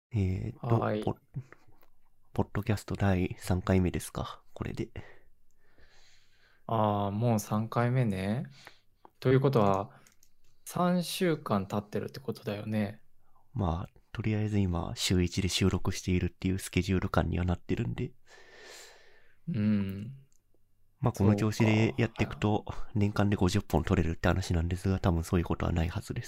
えーと、 はい。 ポッドキャスト第3回目ですか、これで。 ああ、もう3回目ね。ということは、3週間経ってるってことだよね。 まあ、とりあえず今、週1で収録しているっていうスケジュール感にはなってるんで、 うん。 まあ、この調子でそうか。 やっていくと、年間で50本取れるって話なんですが、多分そういうことはないはずです。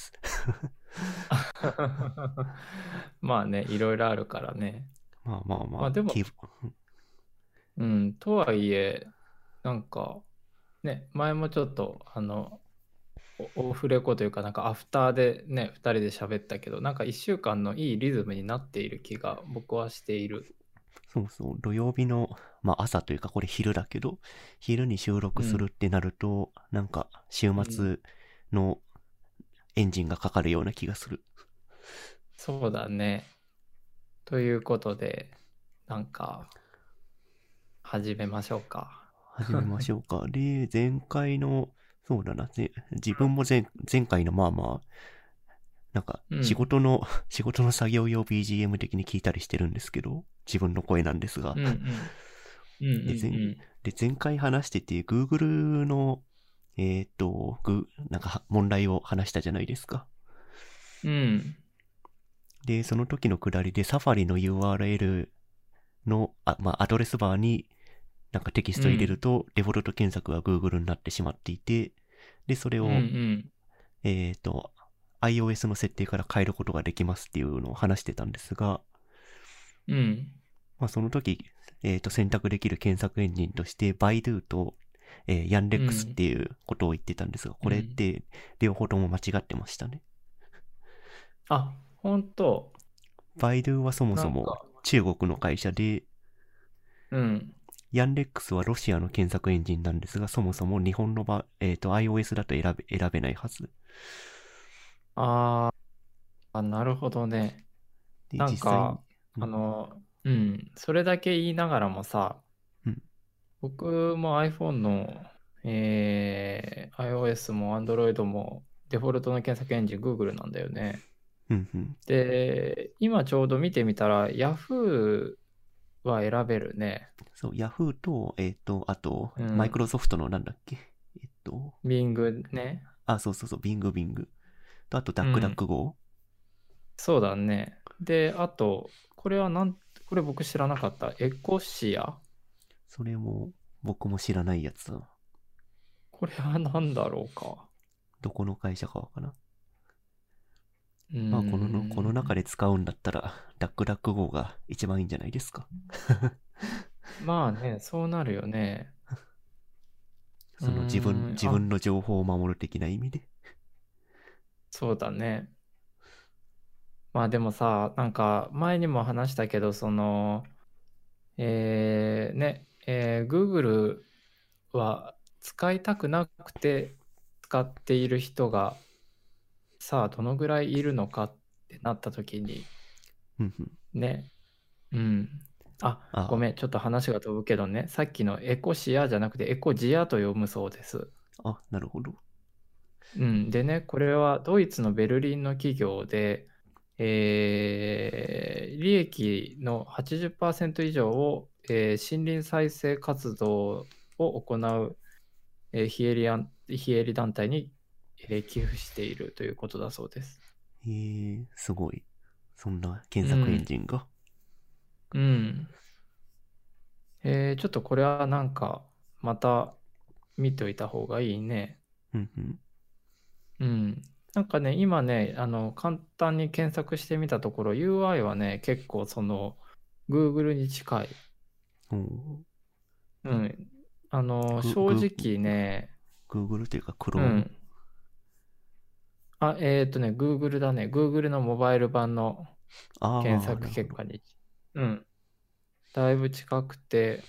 まあね、いろいろあるからね。 まあまあまあ、 まあでも、うん、とはいえ、なんか、ね、前もちょっと、オフレコというか、なんかアフターでね、2人で喋ったけど、なんか1週間のいいリズムになっている気が僕はしている。 そうそう、土曜日の、まあ朝というかこれ昼だけど、昼に収録うん。 するってなると、なんか週うん。 末のエンジンがかかるような気がする。 そうだね。ということで、なんか、始めましょうか。 始めましょうか。で、前回の、そうだな、自分も前回のまあまあ、なんかうん。 仕事の作業用 BGM 的に聞いたりしてるんですけど、自分の声なんですが。 うんうん。うんうで、 ん前回話してて、Google の、なんか問題を話したじゃないですか。 うん。うん。 で、その時のくだりで、サファリの URL の、まあ、アドレスバーになんかテキスト入れるうん。 と、デフォルト検索が Google になってしまっていて、で、それうんうを、 ん。 えっ、と、iOS の設定から変えることができますっていうのを話してたんですが、 うん。 まあ、その時、選択できる検索エンジンとして、Baidu と、ヤンデックスっうん。 ていうことを言ってたんですが、これっうん。 て両方とも間違ってましたね。 あ、本当。 Baidu はそもそもなんか、 中国の会社で、 うん。 ヤンデックスはロシアの検索エンジンなんですが、そもそも日本のiOS だと選べないはず。 ああ、なるほどね。 で、 なん実際に、 か、 うん、 うん。それだけ言いながらもさ、 うん、 僕も iPhone の、iOS も Android もデフォルトの検索エンジン Google なんだよね。 うん、うん。 で、今ちょうど見てみたら Yahoo は選べるね。 そう、Yahoo と、あと、 うん。 マイクロソフトのなんだっけ、えっと、 Bing ね。 そうそうそう、Bing。と、あと、ダックダッうん。 ク号。 そうだね。で、あと、これ僕知らなかった。エコシア。 それも、僕も知らないやつだな。 これは何だろうか。 どこの会社かわからん。 うーまあ、この中ん。 で使うんだったら、ダックダック号が一番いいんじゃないですか。 まあね、そうなるよね。うーそのん。 自分の情報を守る的な意味で。 そうだね。まあでもさ、なんか前にも話したけど、Google は使いたくなくて使っている人がさあどのぐらいいるのかってなった時にうんうん。 ね、うん。あ、ごあめん、ちょっと話が飛ぶけどね、さっきのエコシアじゃなくてエコジアと読むそうです。 なるほど。 うん、でね、これはドイツのベルリンの企業で、利益の80%以上を、森林再生活動を行う、非営利団体に、寄付しているということだそうです。 すごい。そんな検索エンうん、 ジンが。 うん。ちょっとこれはなんか、また見ておいた方がいいね。 うんうん。 うん。なんかね、今ね、簡単に検索してみたところ、UI はね、結構Google に近い。 おー、 うん。 グ、 正グ、 直ね、 Google というかう Chrome。 ん。Google だね。Google のモバイル版の検ああ、 索なるほど。 結果に、うん。だいぶ近くて、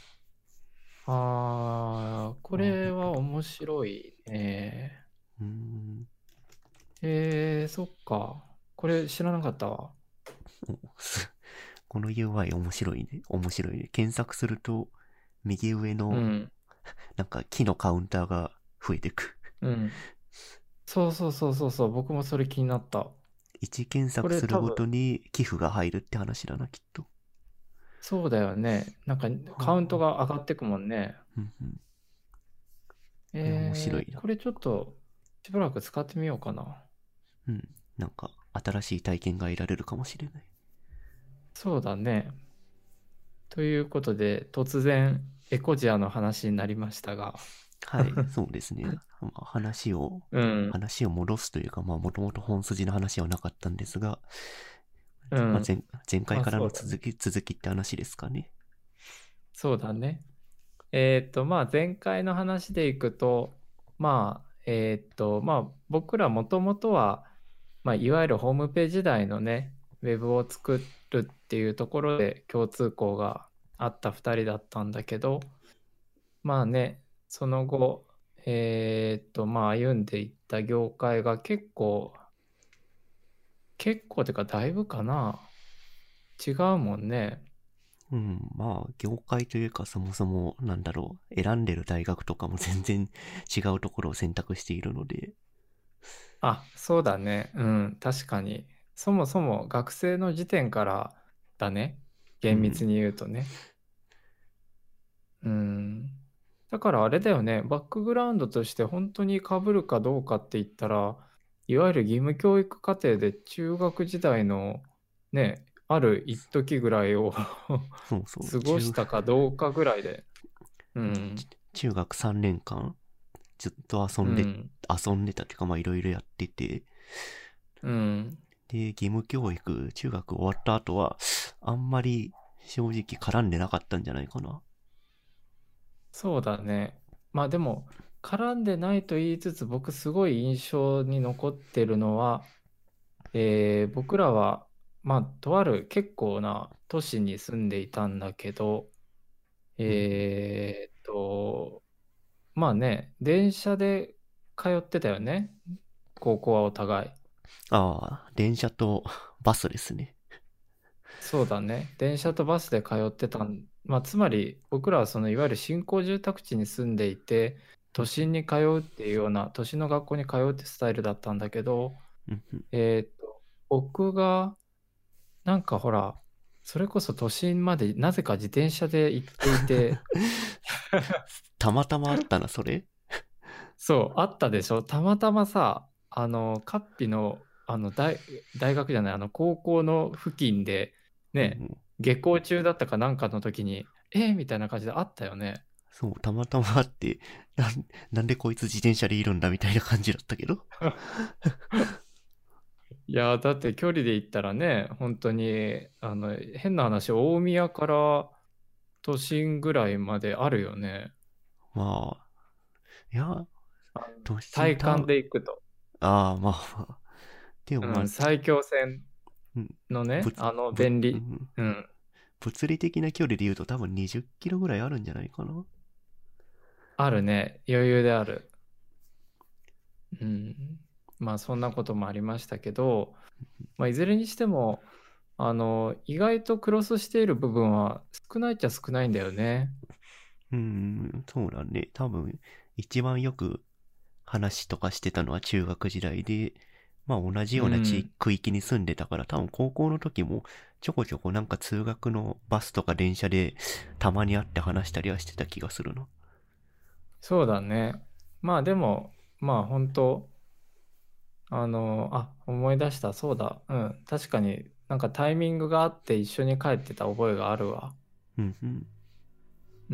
こああ、 れは本当だ。 面白いね。 うーん。 そっか。これ知らなかったわ。 おこの UI 面白いね。面白いね。検索すると、右上の、 うん。 なんか木のカウンターが増えてく。 うん。そうそうそうそうそう。僕もそれ気になった。 1検こ索するごれ多分、 とに寄付が入るって話だな、きっと。 そうだよね。なんかカウントはあ、 が上がってくもんね。 うんうん。いや、面白いな。 これちょっとしばらく使ってみようかな。 うん。なんか、新しい体験が得られるかもしれない。 そうだね。ということで、突然エコジアの話になりましたが。 はい、そうですね。まあ、 うん、 話を戻すというか、まあ、もともと本筋の話はなかったんですが、まあ、 うん。 前回まあからのそうだね。 続きって話ですかね。 そうだね。まあ前回の話でいくと、まあ僕らもともとは、まあいわゆるホームページ時代のね、ウェブを作るっていうところで共通項があった2人だったんだけど、まあね、その後、まあ歩んでいった業界が結構てかだいぶかな、違うもんね。 うん、まあ、業界というか、そもそも、なんだろう、選んでる大学とかも全然違うところを選択しているので、 あ、そうだね。うん、確かに。そもそも学生の時点からだね。 うん、 厳密に言うとね。うん。だからあれだよね。バックグラウンドとして本当に被るかどうかって言ったら、いわゆる義務教育課程で中学時代のね、ある一時ぐらいをそうそう、 過ごしたかどうかぐらいで。うちん。 中学3年間、ずっとうん。 遊んでたっていうか、まあ、いろいろやってて、 うん。 で、義務教育、中学終わった後は、あんまり正直絡んでなかったんじゃないかな。 そうだね。まあでも、絡んでないと言いつつ、僕すごい印象に残ってるのは、僕らは、まあ、とある結構な都市に住んでいたんだけど、 うん。 まあね、電車で通ってたよね。高校はお互い。 ああ、電車とバスですね。 そうだね。電車とバスで通ってたまあ、つまり僕らはそのいわゆる新興住宅地に住んでいて、都心に通うっていうような、都心の学校に通うってスタイルだったんだけど、 うんうん。 僕がなんかほら、それこそ都心までなぜか自転車で行っていて、 たまたまあったな、それ。 そう、あったでしょ。たまたまさ、カッピの、大学じゃない、高校の付近で、ね、 うん、 下校中だったかなんかの時に、みたいな感じであったよね。 そう、たまたまあって、なんでこいつ自転車でいるんだみたいな感じだったけど。 いや、だって距離で言ったらね、本当に、変な話、大宮から都心ぐらいまであるよね。 まあ、いや、 あ都心体感で行くと。 ああ、まあ、まあ、でもまあ、 うん、埼京線うん、 のね、 ぶ、 便利。 うん、 うん、 物理的な距離で言うと多分20キロぐらいあるんじゃないかな。 あるね。余裕である。うん。まあ、そんなこともありましたけど、まあ、いずれにしても、意外とクロスしている部分は少ないっちゃ少ないんだよね。 うん、そうだね。多分、一番よく話とかしてたのは中学時代で、まあ同じようなうん。 区域に住んでたから、多分高校の時もちょこちょこなんか通学のバスとか電車でたまに会って話したりはしてた気がするな。 そうだね。まあ、でも、まあ、本当思い出した。そうだ。うん。確かになんかタイミングがあって一緒に帰ってた覚えがあるわ。 うんうん。 うん。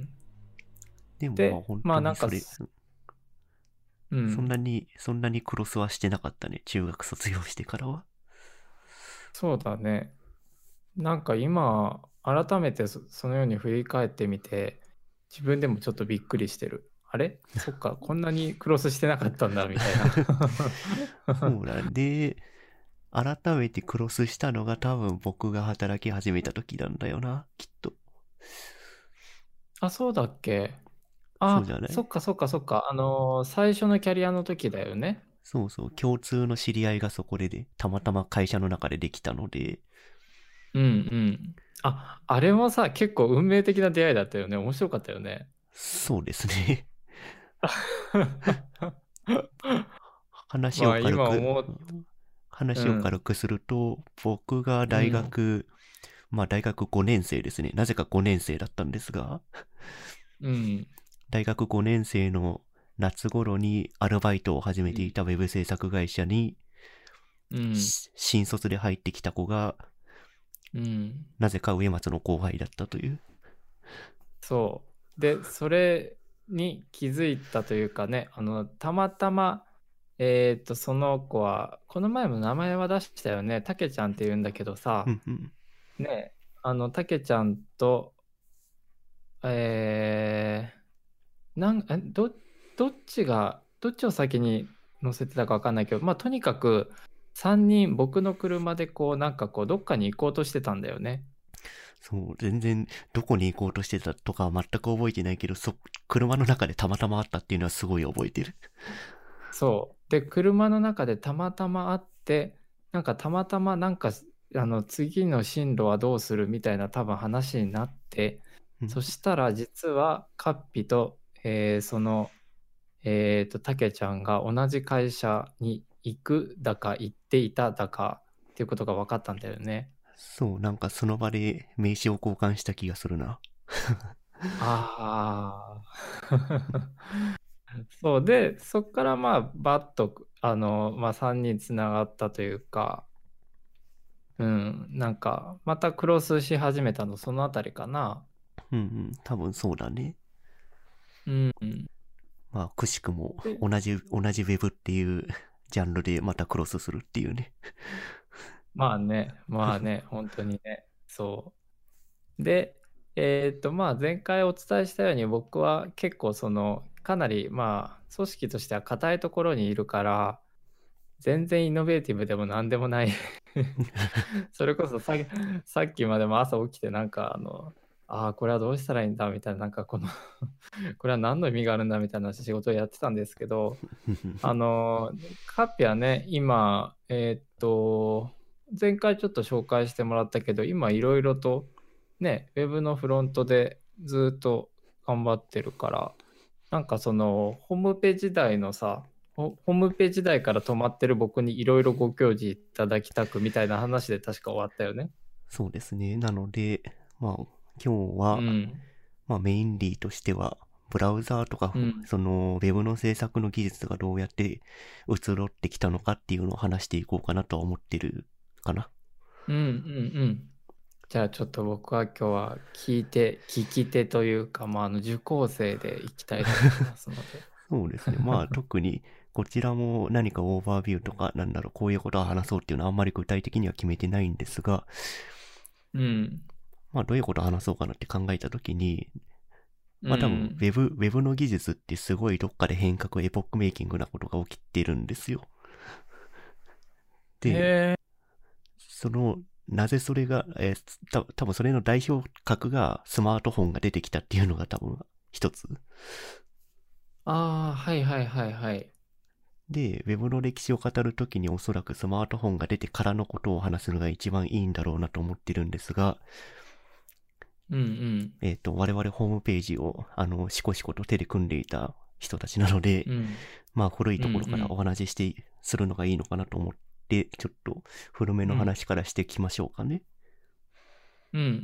でもまあで、 本まあ、なんか当にうん。 そんなにクロスはしてなかったね。中学卒業してからは。 そうだね。なんか今、改めてそのように振り返ってみて、自分でもちょっとびっくりしてる。あれそっか、こんなにクロスしてなかったんだ、みたいな。 そうなんで、改めてクロスしたのが多分僕が働き始めた時なんだよな、きっと。 あ、そうだっけ。あ、 そうじゃない？ そっかそっかそっか。最初のキャリアの時だよね。 そうそう、共通の知り合いがそこでたまたま会社の中でできたので、 うんうん。あれもさ、結構運命的な出会いだったよね。面白かったよね。 そうですね。話をまあ軽く、 今思う、 話を軽うん。 くすると、僕が大うん。 学、大学5年生ですね。なぜか5年生だったんですが、 うん。 大学5年生の夏頃にアルバイトを始めていうん。 たウェブ制作会社に、 うん。 新卒で入ってきた子が、 うん。 なぜか植松の後輩だったという。 そう。で、それに気づいたというかね、たまたま、その子は、この前も名前は出したよね、たけちゃんって言うんだけどさ、 うんうん。 ね、たけちゃんと、えー、どっちを先に乗せてたか分かんないけど、まあ、とにかく、3人、僕の車でこう、なんかこう、どっかに行こうとしてたんだよね。 そう、全然どこに行こうとしてたとかは全く覚えてないけど、車の中でたまたまあったっていうのはすごい覚えてる。 そう。で、車の中でたまたま会って、なんかたまたまなんか、次の進路はどうするみたいな多分話になって、 うん、 そしたら実はカッピと、たけちゃんが同じ会社に行くだか行っていただかっていうことが分かったんだよね。 そう、なんかその場で名刺を交換した気がするな。 ああ。そうで、そっからまあ、バッと、まあ、3人つながったというか、うん、なんか、またクロスし始めたの、そのあたりかな。 うんうん、多分そうだね。 うん。 くしくもで、 同じウェブっていうジャンルでまたクロスするっていうね。 まあね、本当にね、そう。で、まあ、前回お伝えしたように、僕は結構、かなり、まあ、組織としては硬いところにいるから、全然イノベーティブでも何でもないそれこそさっきまでも朝起きてなんかこれはどうしたらいいんだみたいな、なんかこれは何の意味があるんだみたいな仕事をやってたんですけど、カッピはね、今、前回ちょっと紹介してもらったけど、今いろいろとね、ウェブのフロントでずっと頑張ってるから、なんかホームページ時代のさ、ホームページ時代から止まってる僕にいろいろご教示いただきたくみたいな話で確か終わったよね。 そうですね。なので、今日は、 うん。 メインリーとしては、ブラウザーとか、 うん。 その、ウェブの制作の技術がどうやって移ろってきたのかっていうのを話していこうかなとは思ってるかな。 うんうんうん。じゃあちょっと僕は今日は聞き手というか、まあ、受講生でいきたいと思いますので。 そうですね。特に、こちらも何かオーバービューとか、こういうことを話そうっていうのはあんまり具体的には決めてないんですが、 うん。 どういうことを話そうかなって考えたときに、 う多分、 ん。 ウェブの技術ってすごいどっかで変革、エポックメイキングなことが起きてるんですよ。で、 へえ。 その、なぜそれが、多分それの代表格がスマートフォンが出てきたっていうのが多分一つ。 ああ、はいはいはいはい。 で、ウェブの歴史を語るときにおそらくスマートフォンが出てからのことを話すのが一番いいんだろうなと思ってるんですが、 うんうん。 我々ホームページを、シコシコと手で組んでいた人たちなので、 うん。 古いうんうところからおん。 話しするのがいいのかなと思って、ちょっと古めのうん。 話からしていきましょうかね。 うんうん。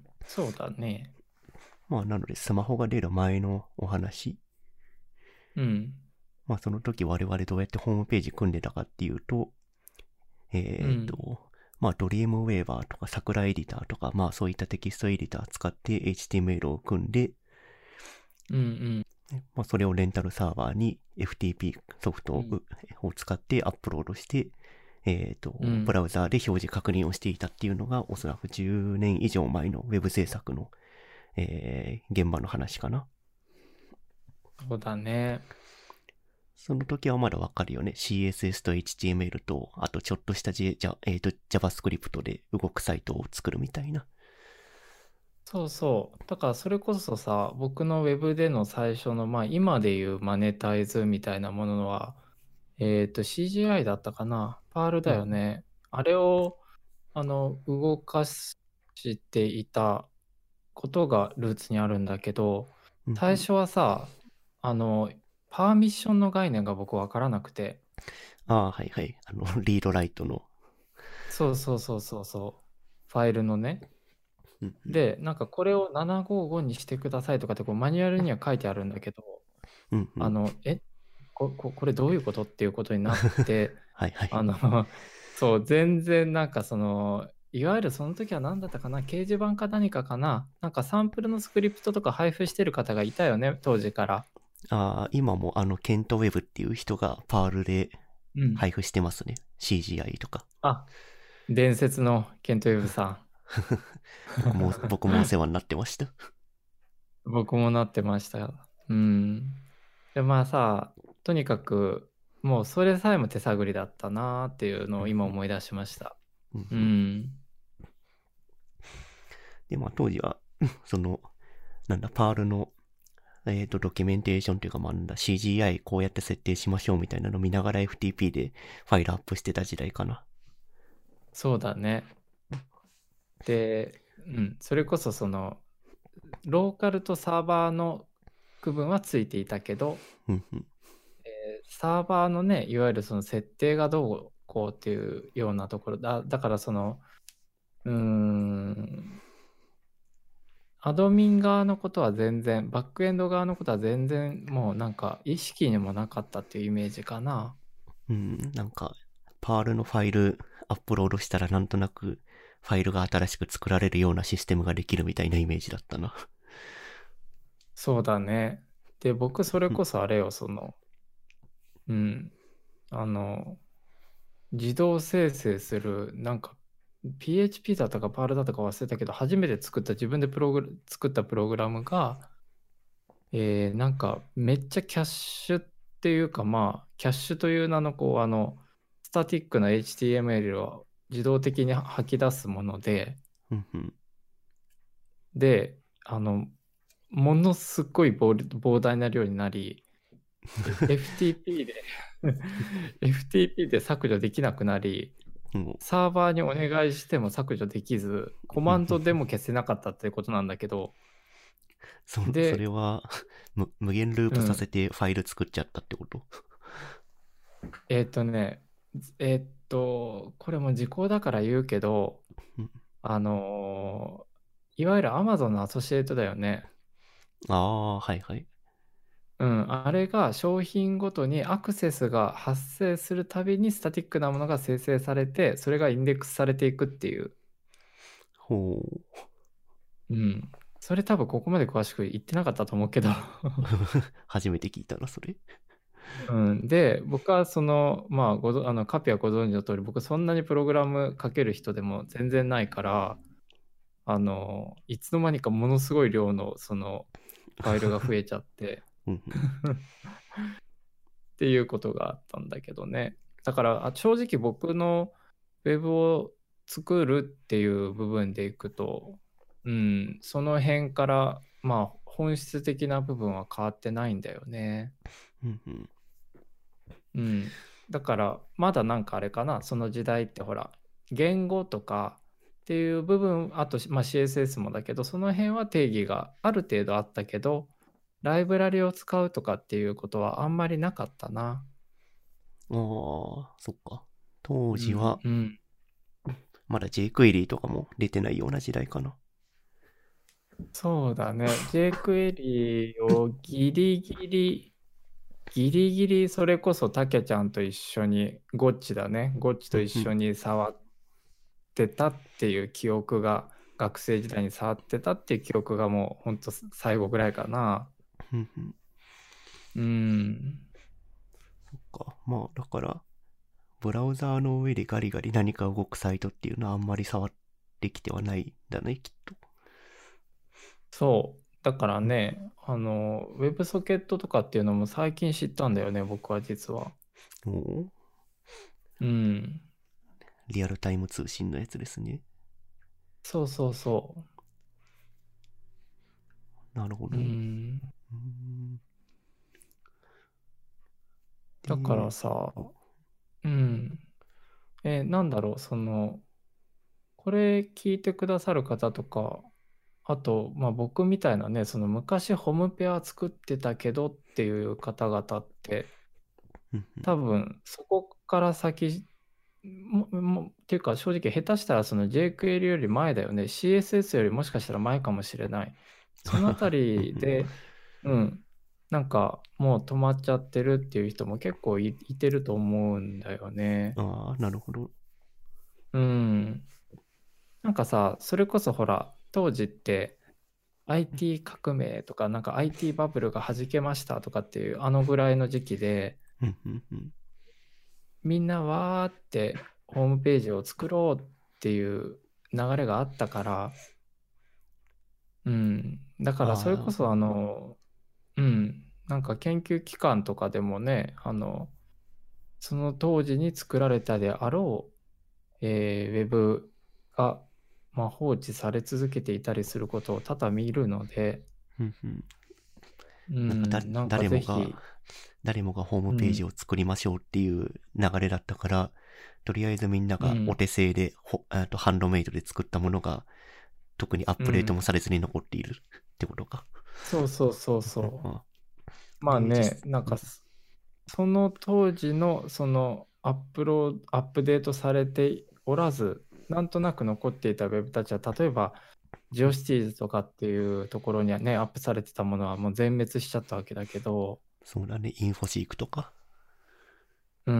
そうだね。 なので、スマホが出る前のお話。 うん。 その時我々どうやってホームページ組んでたかっていうと、 うん。 えっと、ドリームウェーバーとか桜エディターとか、そういったテキストエディター使って HTML を組んで、 うんうん。 それをレンタルサーバーに FTP ソフトうん。 を使ってアップロードして、ブうん。 ラウザーで表示確認をしていたっていうのがおそらく10年以上前のウェブ制作の、現場の話かな。 そうだね。 その時はまだわかるよね。CSS と HTML と、あとちょっとした、JavaScript で動くサイトを作るみたいな。 そうそう。だからそれこそさ、僕のウェブでの最初の、まあ今でいうマネタイズみたいなものは、CGI だったかな。パールだうん、 よね。あれを、動かしていたことがルーツにあるんだけど、 うん、 最初はさ、あの、パーミッションの概念が僕わからなくて、 ああ、はいはい。リードライトの。 そうそうそうそうそう。ファイルのね。 うんうん。 で、なんかこれを755にしてくださいとかってこうマニュアルには書いてあるんだけど、 うんうん。 これどういうことっていうことになって、 はいはい。 あの、そう、全然なんかいわゆるその時は何だったかな、掲示板か何かかな、なんかサンプルのスクリプトとか配布してる方がいたよね、当時から。 ああ、今もケントウェブっていう人がパールでうん。 配布してますね。CGI とか。 あ、伝説のケント・ウェブさん。 僕もお世話になってました。 僕もなってました。うん。で、まあさ、とにかく、もうそれさえも手探りだったなーっていうのを今思い出しました。 うんうん。 うん。 で、まあ当時は、なんだ、パールの、ドキュメンテーションというか、まあなんだ、CGI こうやって設定しましょうみたいなの見ながら FTP でファイルアップしてた時代かな。 そうだね。で、それこそローカルとサーバーの区分はついていたけど、 うんうん。 サーバーのね、いわゆるその設定がどうこうっていうようなところだからうーん、アドミン側のことは全然、バックエンド側のことは全然もうなんか意識にもなかったっていうイメージかな。 うん、なんか、パールのファイルアップロードしたらなんとなくファイルが新しく作られるようなシステムができるみたいなイメージだったな。 そうだね。で、僕それこそあれよ、うん、あの、自動生成する、なんか PHP だったか Perl だったか忘れたけど、初めて自分で作ったプログラムが、なんかめっちゃキャッシュっていうか、まあ、キャッシュという名のスタティックな HTML を自動的に吐き出すもので、 うんうん。 で、ものすごい膨大な量になり、FTP でFTP で削除できなくなり、 もサーバーにお願いしても削除できず、コう、うマンドでんうん。 も消せなかったっていうことなんだけど、 それで、 は無限ループさせうん、 てファイル作っちゃったってこと？ ね、これも時効だから言うけど、 うん。 いわゆる Amazon のアソシエイトだよね。 ああ、はいはい。 うん、あれが商品ごとにアクセスが発生するたびにスタティックなものが生成されて、それがインデックスされていくっていう。 ほう。 うん。それ多分ここまで詳しく言ってなかったと思うけど初めて聞いたな、それ。 うん、で、僕はまあ、カピはご存知の通り、僕そんなにプログラム書ける人でも全然ないから、いつの間にかものすごい量のファイルが増えちゃってうんうん。 っていうことがあったんだけどね。だから正直僕のウェブを作るっていう部分でいくと、その辺からまあ本質的な部分は変わってないんだよね。 うんうん。 うん。だからまだなんかあれかな、その時代ってほら、言語とかっていう部分、あと、まあ、CSS もだけど、その辺は定義がある程度あったけど、ライブラリを使うとかっていうことはあんまりなかったな。 ああ、そっか。当うん、 時は、 うん。 まだ jQuery とかも出てないような時代かな。 そうだね。jQuery をギリギリそれこそたけちゃんと一緒に、ゴッチだね。ゴッチと一緒うんうん。 に触ってたっていう記憶が、学生時代に触ってたっていう記憶がもうほんと最後ぐらいかな。 うんうん。 うん。 そっか。まあ、だから、ブラウザーの上でガリガリ何か動くサイトっていうのはあんまり触ってきてはないんだね、きっと。 そう。だからね、ウェブソケットとかっていうのも最近知ったんだよね、僕は実は。 おお、 うん。 リアルタイム通信のやつですね。 そうそうそなるほう。うど。 ん。 うーん。 だからで、 さ、うん。なんだろう、これ聞いてくださる方とか、あと、まあ僕みたいなね、昔ホームペア作ってたけどっていう方々って、 うんうん。 多分から先、っていうか正直下手したらその JQL より前だよね。CSS よりもしかしたら前かもしれない。そのあたりで、なんかもう止まっちゃってるっていう人も結構いてると思うんだよね。 ああ、なるほど。 うん。なんかさ、それこそほら、当時って IT 革命とか、なんか IT バブルが弾けましたとかっていうあのぐらいの時期で、 うんうんうん。 みんなわーってホームページを作ろうっていう流れがあったから、だからそれこあそなんか研究機関とかでもね、その当時に作られたであろう、ウェブが、まあ、放置され続けていたりすることを多々見るので、 あ、うんうん。なんかなんか誰もが、 ぜひ、 誰もがホームうん、 ページを作りましょうっていう流れだったから、とりあえずみんなうん、 がお手製で、ハンドメイドで作ったものが、特にアップデートもうん、 されずに残っているってことか。 そうそうそうそう。 あまあで、 ね、なんうん、 かその当時のそのアップデートされておらず、なんとなく残っていたウェブたちは、例えば、ジオシティーズとかっていうところにはね、アップされてたものはもう全滅しちゃったわけだけど、 そうだね、インフォシークとか。 うん。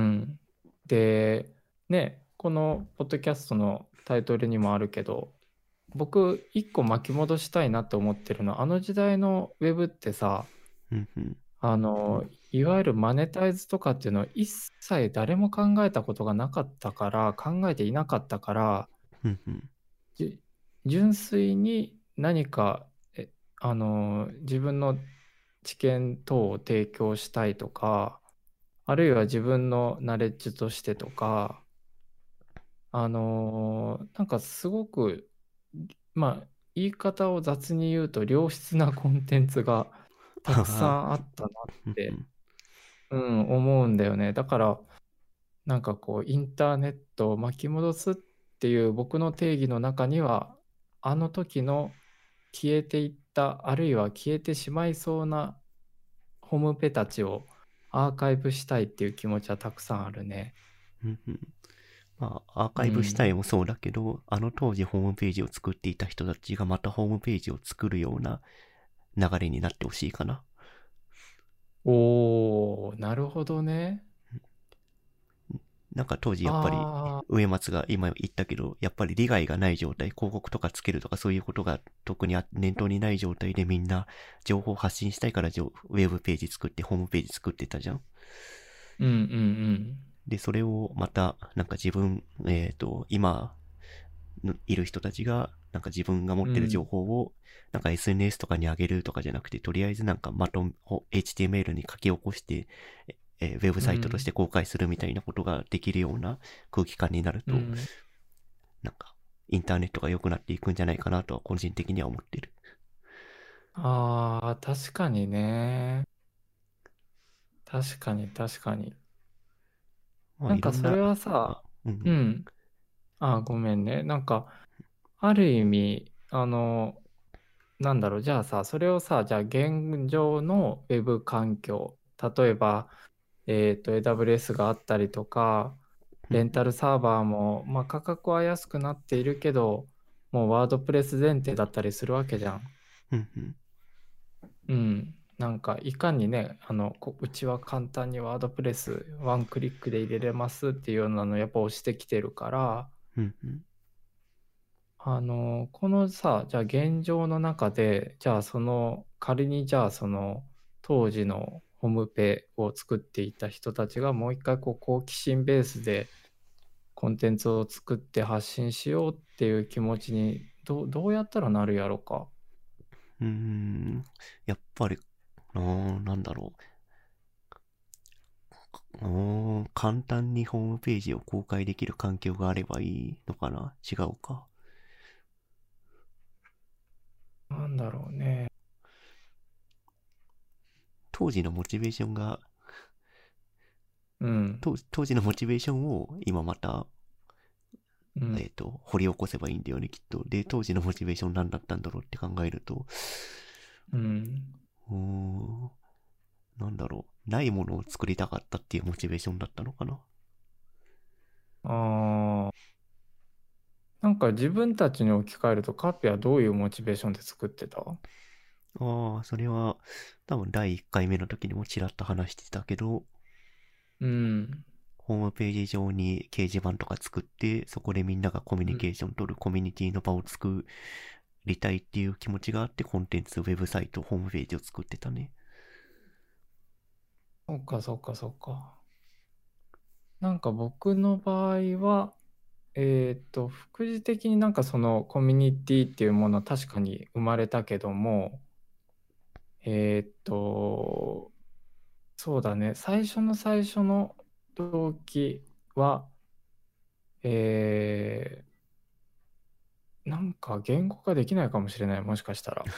で、ね、このポッドキャストのタイトルにもあるけど、僕、一個巻き戻したいなって思ってるのは、あの時代のウェブってさ、 うんうん。 いわゆるマネタイズとかっていうのを一切誰も考えたことがなかったから、考えていなかったから、 うんうん。 じ純粋に何か、自分の知見等を提供したいとか、あるいは自分のナレッジとしてとか、なんかすごく、まあ、言い方を雑に言うと良質なコンテンツがたくさんあったなってうんうん。 思うんだよね。だから、なんかこう、インターネットを巻き戻すっていう僕の定義の中には、あの時の消えていった、あるいは消えてしまいそうなホームペたちをアーカイブしたいっていう気持ちはたくさんあるね。 うんうん。まあ、アーうカイブしたいん。 もそうだけど、あの当時ホームページを作っていた人たちがまたホームページを作るような流れになってほしいかな。 おー、なるほどね。 なんか当時やっぱり、 ああ、 植松が今言ったけど、やっぱり利害がない状態、広告とかつけるとかそういうことが特に念頭にない状態でみんな情報発信したいからウェブページ作ってホームページ作ってたじゃん。 うんうんで、それをまた、なんか自分、今いる人たちが、なんか自分が持うん。 ってる情報を、なんか SNS とかに上げるとかじゃなくて、とりあえずなんかHTML に書き起こして、ウェブサイトとして公開するみたいなことができるような空気感になると、 うん。 なんか、インターネットが良くなっていくんじゃないかなとは個人的には思ってる。 ああ、確かにね。確かに確かに。 まあ、 なんいろんな、 かそれはさ、 うん、 うん。ごめんね。なんか、ある意味、なんだろう、じゃあさ、それをさ、じゃあ現状のウェブ環境、例えば、AWS があったりとか、 うん、 レンタルサーバーも、まあ、価格は安くなっているけど、もうワードプレス前提だったりするわけじゃん。 うん、うん、 うん。なんか、いかにね、うちは簡単にワードプレスワンクリックで入れれますっていうようなのやっぱ押してきてるから、 うん、うん、 このさ、じゃあ現状の中で、じゃあ仮にじゃあ当時のホームペを作っていた人たちがもう一回こう好奇心ベースでコンテンツを作って発信しようっていう気持ちにどうやったらなるやろか。 やっぱり、なんだろう。簡単にホームページを公開できる環境があればいいのかな、違うか。 なんだろうね。 当時のモチベーションが、 うん。 当時のモチベーションを今また、 うん。 掘り起こせばいいんだよね、きっと。で、当時のモチベーション何だったんだろうって考えると、 うん。 うーん、なんだろう。ないものを作りたかったっていうモチベーションだったのかな。 ああ、なんか自分たちに置き換えると、カッピはどういうモチベーションで作ってた？ ああ、それは多分第1回目の時にもちらっと話してたけど、 うん。 ホームページ上に掲示板とか作って、そこでみんながコミュニうん。 ケーション取るコミュニティの場を作りたいっていう気持ちがあって、コンテンツ、ウェブサイト、ホームページを作ってたね。 そっかそっかそっか。なんか僕の場合は、副次的になんかそのコミュニティっていうものは確かに生まれたけども、えーっと、そうだね、最初の最初の動機は、えなんか言語化できないかもしれない、もしかしたら。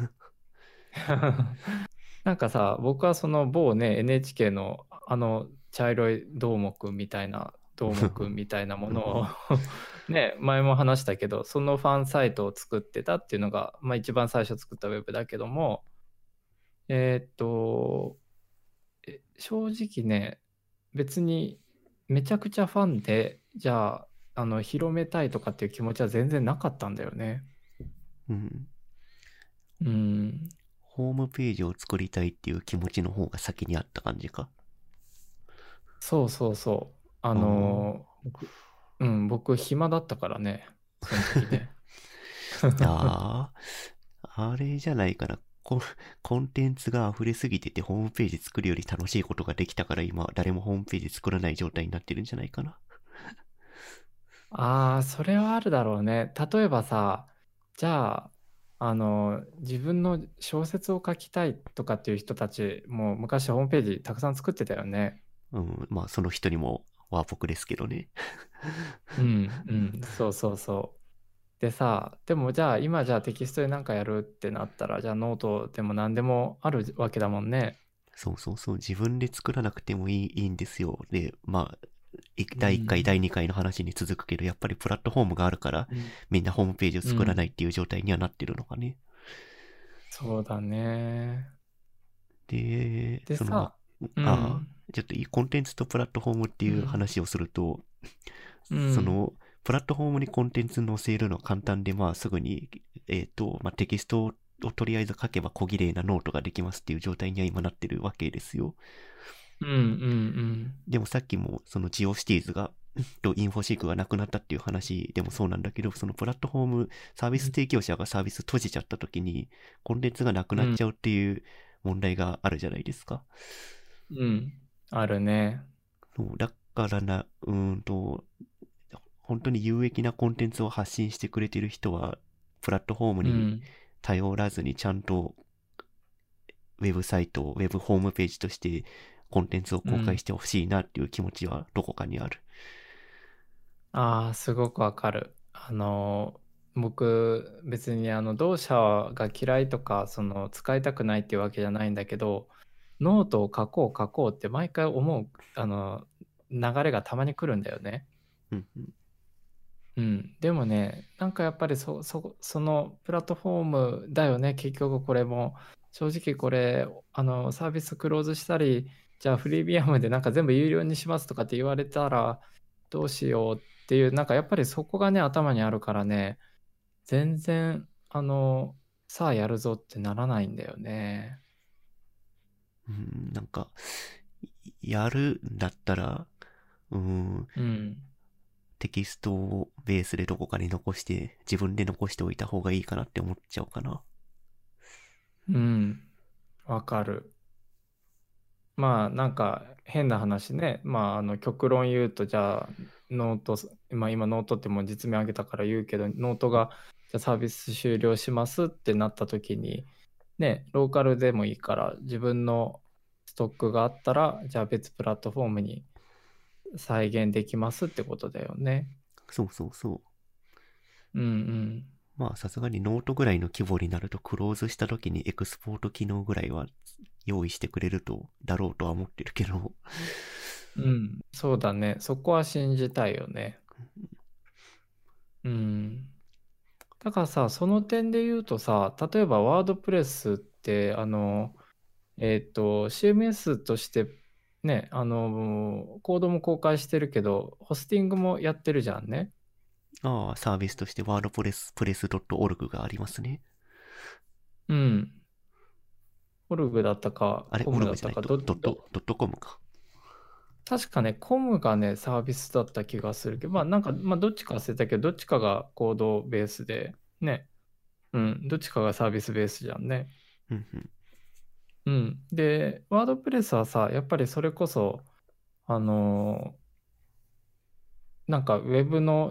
なんかさ、僕はその某ね、NHK のあの茶色いどーもくんみたいなものをね、前も話したけど、そのファンサイトを作ってたっていうのが、まあ一番最初作ったウェブだけども、えーっと、正直ね、別にめちゃくちゃファンで、じゃあ、広めたいとかっていう気持ちは全然なかったんだよね。 うん。 うん。 ホームページを作りたいっていう気持ちの方が先にあった感じか。 そうそうそう。 あ僕暇だったからね、その時ね。 あ。あれじゃないかな。コンテンツが溢れすぎててホームページ作るより楽しいことができたから今誰もホームページ作らない状態になってるんじゃないかな。 ああ、それはあるだろうね。例えばさ、じゃあ、自分の小説を書きたいとかっていう人たちも昔ホームページたくさん作ってたよね。 うん、まあその人にもは僕ですけどね。 うんうん、そうそうそう。でさ、でもじゃあ今じゃあテキストでなんかやるってなったら、じゃあノートでも何でもあるわけだもんね。 そうそうそう、自分で作らなくてもいいんですよ。で、まあ、 う第1回、 ん。 第2回の話に続くけど、やっぱりプラットフォームがあるから、 うん。 みんなホームページをうん。 作らないっていう状態にはなってるのかね。 そうだね。 で、 でさ、うああ、 ん。 ちょっといいコンテンツとプラットフォームっていううん。 話をすると、 うん。 その、プラットフォームにコンテンツ載せるのは簡単で、まあすぐに、まあテキストをとりあえず書けば小綺麗なノートができますっていう状態には今なってるわけですよ。 うん。うん。 でもさっきもそのジオシティーズが、とインフォシークがなくなったっていう話でもそうなんだけど、そのプラットフォーム、サービスうん。 提供者がサービス閉じちゃった時に、コンテンツがなくうん。 なっちゃうっていう問題があるじゃないですか。 うん。あるね。 そうだから本当に有益なコンテンツを発信してくれてる人は、プラットフォームにうん。 頼らずにちゃんとウェブサイト、ウェブホームページとしてコンテンツを公開うん。 してほしいなっていう気持ちはどこかにある。 ああ、すごくわかる。僕、別に同社が嫌いとか、使いたくないっていうわけじゃないんだけど、ノートを書こうって毎回思う、流れがたまに来るんだよね。 うんうん。 うん。でもね、なんかやっぱりそのプラットフォームだよね、結局これも。正直これ、サービスクローズしたり、じゃあフリービアムでなんか全部有料にしますとかって言われたら、どうしようっていう、なんかやっぱりそこがね、頭にあるからね、全然、さあやるぞってならないんだよね。 うん、なんか、やるんだったら、うん、 うん。 テキストをベースでどこかに残して、自分で残しておいた方がいいかなって思っちゃうかな。 うん。わかる。まあなんか変な話ね、まあ極論言うとじゃあノート、今ノートってもう実名挙げたから言うけど、ノートがじゃあサービス終了しますってなった時に、ね、ローカルでもいいから自分のストックがあったら、じゃあ別プラットフォームに再現できますってことだよね。 そうそうそう。 うんうん。 まあさすがにノートぐらいの規模になるとクローズした時にエクスポート機能ぐらいは用意してくれるだろうとは思ってるけど、 うん、そうだね。そこは信じたいよね。うん。だからさ、その点で言うとさ、例えばワードプレスって、CMS としてね、コードも公開してるけど、ホスティングもやってるじゃんね。 ああ、サービスとしてワードプレス、プレス .org がありますね。 うん。オルグだったか、 あれ、 コオルグじゃない、 ムだったか、 ドットコムか。 確かね、コムがね、サービスだった気がするけど、まあなんか、まあどっちか忘れたけど、どっちかがコードベースで、ね、うん、どっちかがサービスベースじゃんね。 うんうん。 うん。で、ワードプレスはさ、やっぱりそれこそ、あのなんかウェブの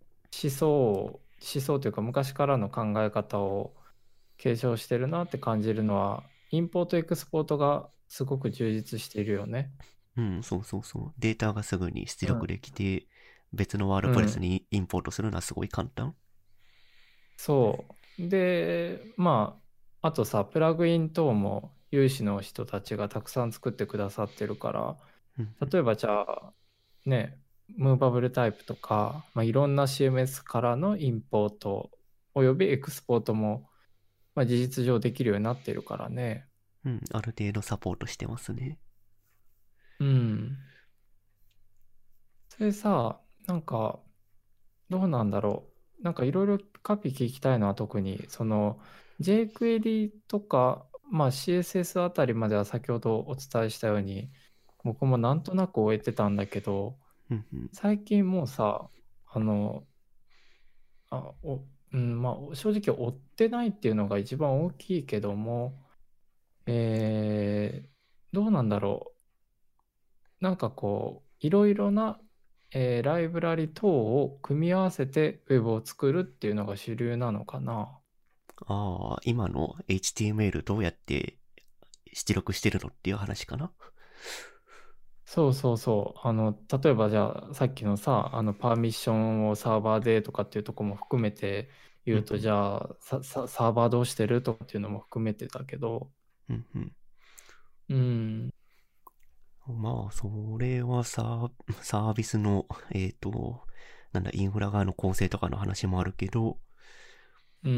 思想というか昔からの考え方を継承してるなって感じるのは、インポートエクスポートがすごく充実しているよね。 うん、そうそうそう。データがすぐに出うん。 力できて、別のワードプレスうん。 にインポートするのはすごい簡単。 そう。で、まあ、あとさ、プラグイン等も有志の人たちがたくさん作ってくださってるから、 うん例えばじゃあ、ね、ムーバブルタイプとか、まあ、いろんな CMS からのインポートおよびエクスポートも、まあ、事実上できるようになってるからね。 うん、ある程度サポートしてますね。 うん。それさ、なんか、どうなんだろう。なんかいろいろカピ聞きたいのは特に、その jQuery とか、まあ CSS あたりまでは先ほどお伝えしたように、僕もなんとなく終えてたんだけど、 うんうん。 最近もうさ、あの、まあ正直追ってないっていうのが一番大きいけども、どうなんだろう。なんかこう、いろいろな、ライブラリ等を組み合わせて Web を作るっていうのが主流なのかな。 ああ、今の HTML どうやって出力してるのっていう話かな。 そうそうそう。例えばじゃあ、さっきのさ、パーミッションをサーバーでとかっていうとこも含めて言うと、 うんうん。 じゃあ、サーバーどうしてるとかっていうのも含めてだけど、 うんうん。 うん、 まあ、それはサービスの、なんだ、インフラ側の構成とかの話もあるけど、 うん、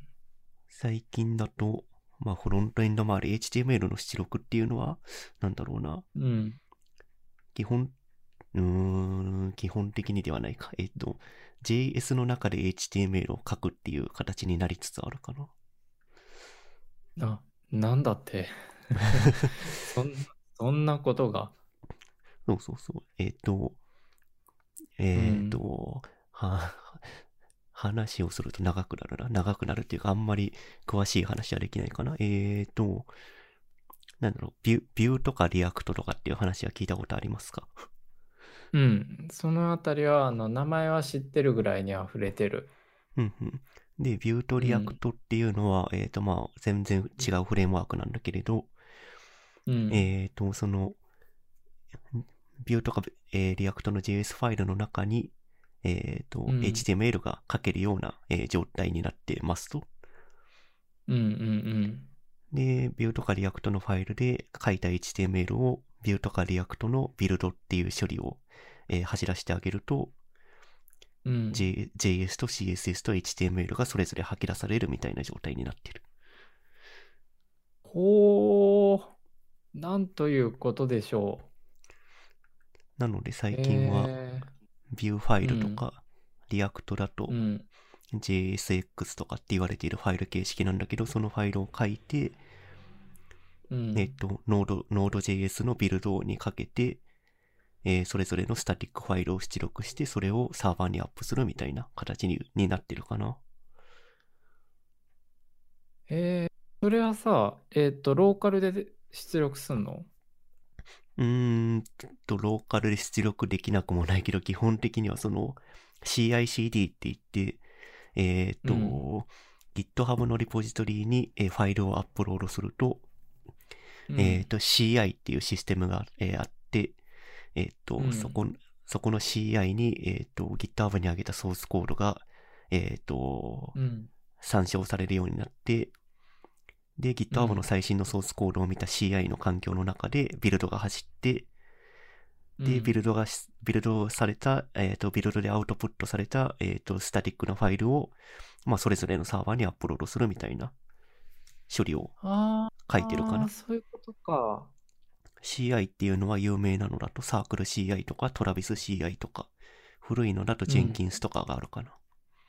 最近だと、まあ、フロントエンド周り HTML の出力っていうのは、なんだろうな。 うん。 基本、基本的にではないか。JS の中で HTML を書くっていう形になりつつあるかな。 あ、なんだって。そんそんなことが。 そうそうそう。 うん、 は、話をすると長くなるな。長くなるっていうか、あんまり詳しい話はできないかな。なんだろう、ビューとかリアクトとかっていう話は聞いたことありますか？ うん。そのあたりは、名前は知ってるぐらいには触れてる。 うんうん。で、ビューとリアクうん、 トっていうのは、まあ、全然違うフレームワークなんだけれど、 うん、 その、ビューとか、リアクトの JS ファイルの中に、 うん、 HTML が書けるような、状態になってますと。 うん、うん、 で、ビューとかリアクトのファイルで書いた HTML をビューとかリアクトのビルドっていう処理を、走らせてあげると、 うん。うん。 JS と CSS と HTML がそれぞれ吐き出されるみたいな状態になってる。 ほー、なんということでしょなのでう。 最近はビューファイうん、 ルとかリアクトだとうん、 JSX とかって言われているファイル形式なんだけど、そのファイルを書いて、 うん。 Node.js のビルドにかけて、それぞれのスタティックファイルを出力して、それをサーバーにアップするみたいな形になってるかな。 それはさ、ローカルで出力すんの？ うーんローカルで出力できなくもないけど、基本的にはその CICD って言って、 うん、 GitHub のリポジトリに、ファイルをアップロードすると、 うん、 CI っていうシステムが、あって、えっと、そうん、 こ、そこの CI に、GitHub に上げたソースコードが、 うん、 参照されるようになって、で、 う GitHub のん、 最新のソースコードを見た CI の環境の中でビルドが走って、で、 うん。 ビルドされた、ビルドでアウトプットされた、スタティックなファイルを、まあ、それぞれのサーバーにアップロードするみたいな処理をあ書いてるかあー、 な。 そういうことか。 CI っていうのは有名なのだとサークル CI とかトラビス CI とか、古いのだとジェンキンスとかがあるかな。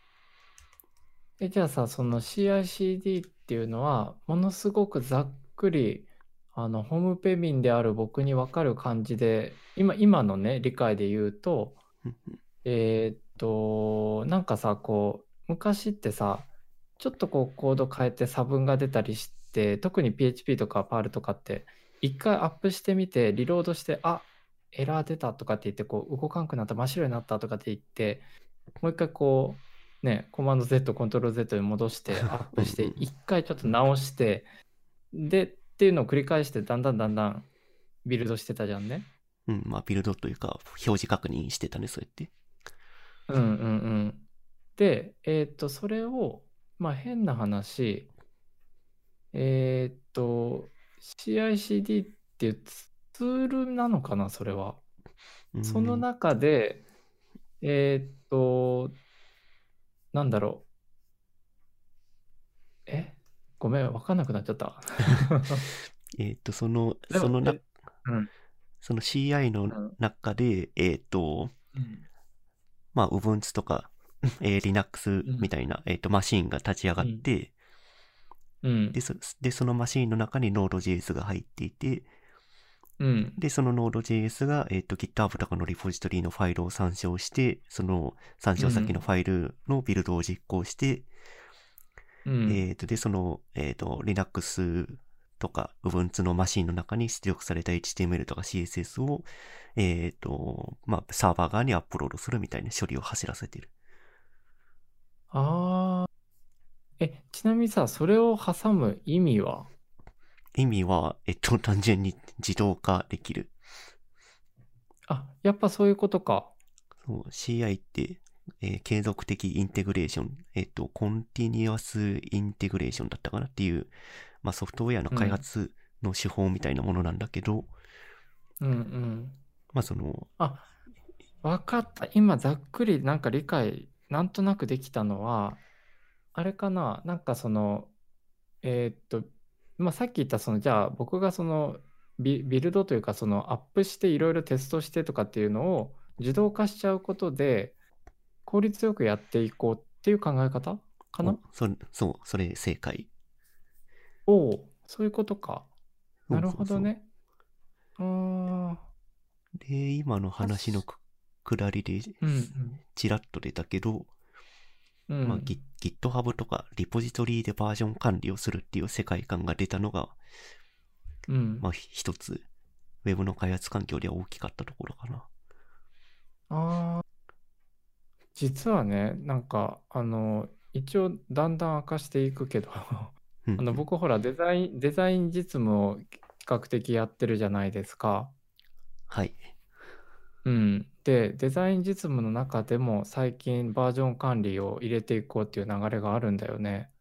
じゃあさ、その CICD っていうのは、ものすごくざっくり、ホームペミンである僕に分かる感じで、今のね、理解で言うと、なんかさ、こう、昔ってさ、ちょっとこうコード変えて差分が出たりして、特に PHP とか Perl とかって、一回アップしてみて、リロードして、あ、エラー出たとかって言って、こう、動かんくなった、真っ白になったとかって言って、もう一回こう、ね、コマンド Z、コントロール Z に戻してアップして、一回ちょっと直して、で、っていうのを繰り返して、だんだんビルドしてたじゃんね。 まあビルドというか表示確認してたね、そうやって。 で、それを、まあ変な話、CICD っていうツールなのかな、それは。その中で、なんだろう。ごめん、わかんなくなっちゃった。 その CI の中で、まあ Ubuntu とか、Linux みたいな、マシンが立ち上がって、で、そのマシンの中に Node.js が入っていて、で、その Node.js が、GitHub とかのリポジトリのファイルを参照して、その参照先のファイルのビルドを実行して、で、その、Linux とか Ubuntu のマシンの中に出力された HTML とか CSS を、まあ、サーバー側にアップロードするみたいな処理を走らせてる。 ちなみにさ、それを挟む意味は？ 意味は、単純に自動化できる。 やっぱそういうことか。 そう、CI って、継続的インテグレーション、コンティニュアスインテグレーションだったかなっていう、まあ、ソフトウェアの開発の手法みたいなものなんだけど、まあその、 わかった。今ざっくりなんか理解、なんとなくできたのは、あれかな、なんかその、まあ、さっき言ったその、じゃあ僕がそのビルドというか、そのアップしていろいろテストしてとかっていうのを自動化しちゃうことで、効率よくやっていこうっていう考え方かな？ それ正解。 そういうことか。なるほどね。 で、今の話のくだりで、ちらっと出たけど、まあ、GitHub とかリポジトリでバージョン管理をするっていう世界観が出たのが、まあ一つ、ウェブの開発環境では大きかったところかな。 実はね、なんか、一応だんだん明かしていくけど僕ほらデザイン実務を比較的やってるじゃないですか。 はい。 で、デザイン実務の中でも最近バージョン管理を入れていこうっていう流れがあるんだよね。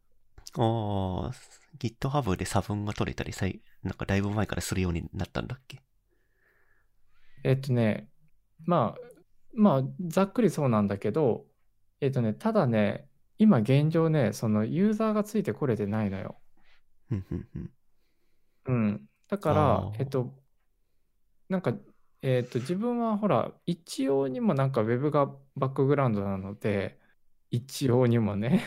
GitHub で差分が取れたりなんかだいぶ前からするようになったんだっけ？ まあ、ざっくりそうなんだけど、ただね、今現状ね、そのユーザーがついてこれてないのよ。だから、なんか、自分はほら、一応にもなんか Web がバックグラウンドなので、一応にもね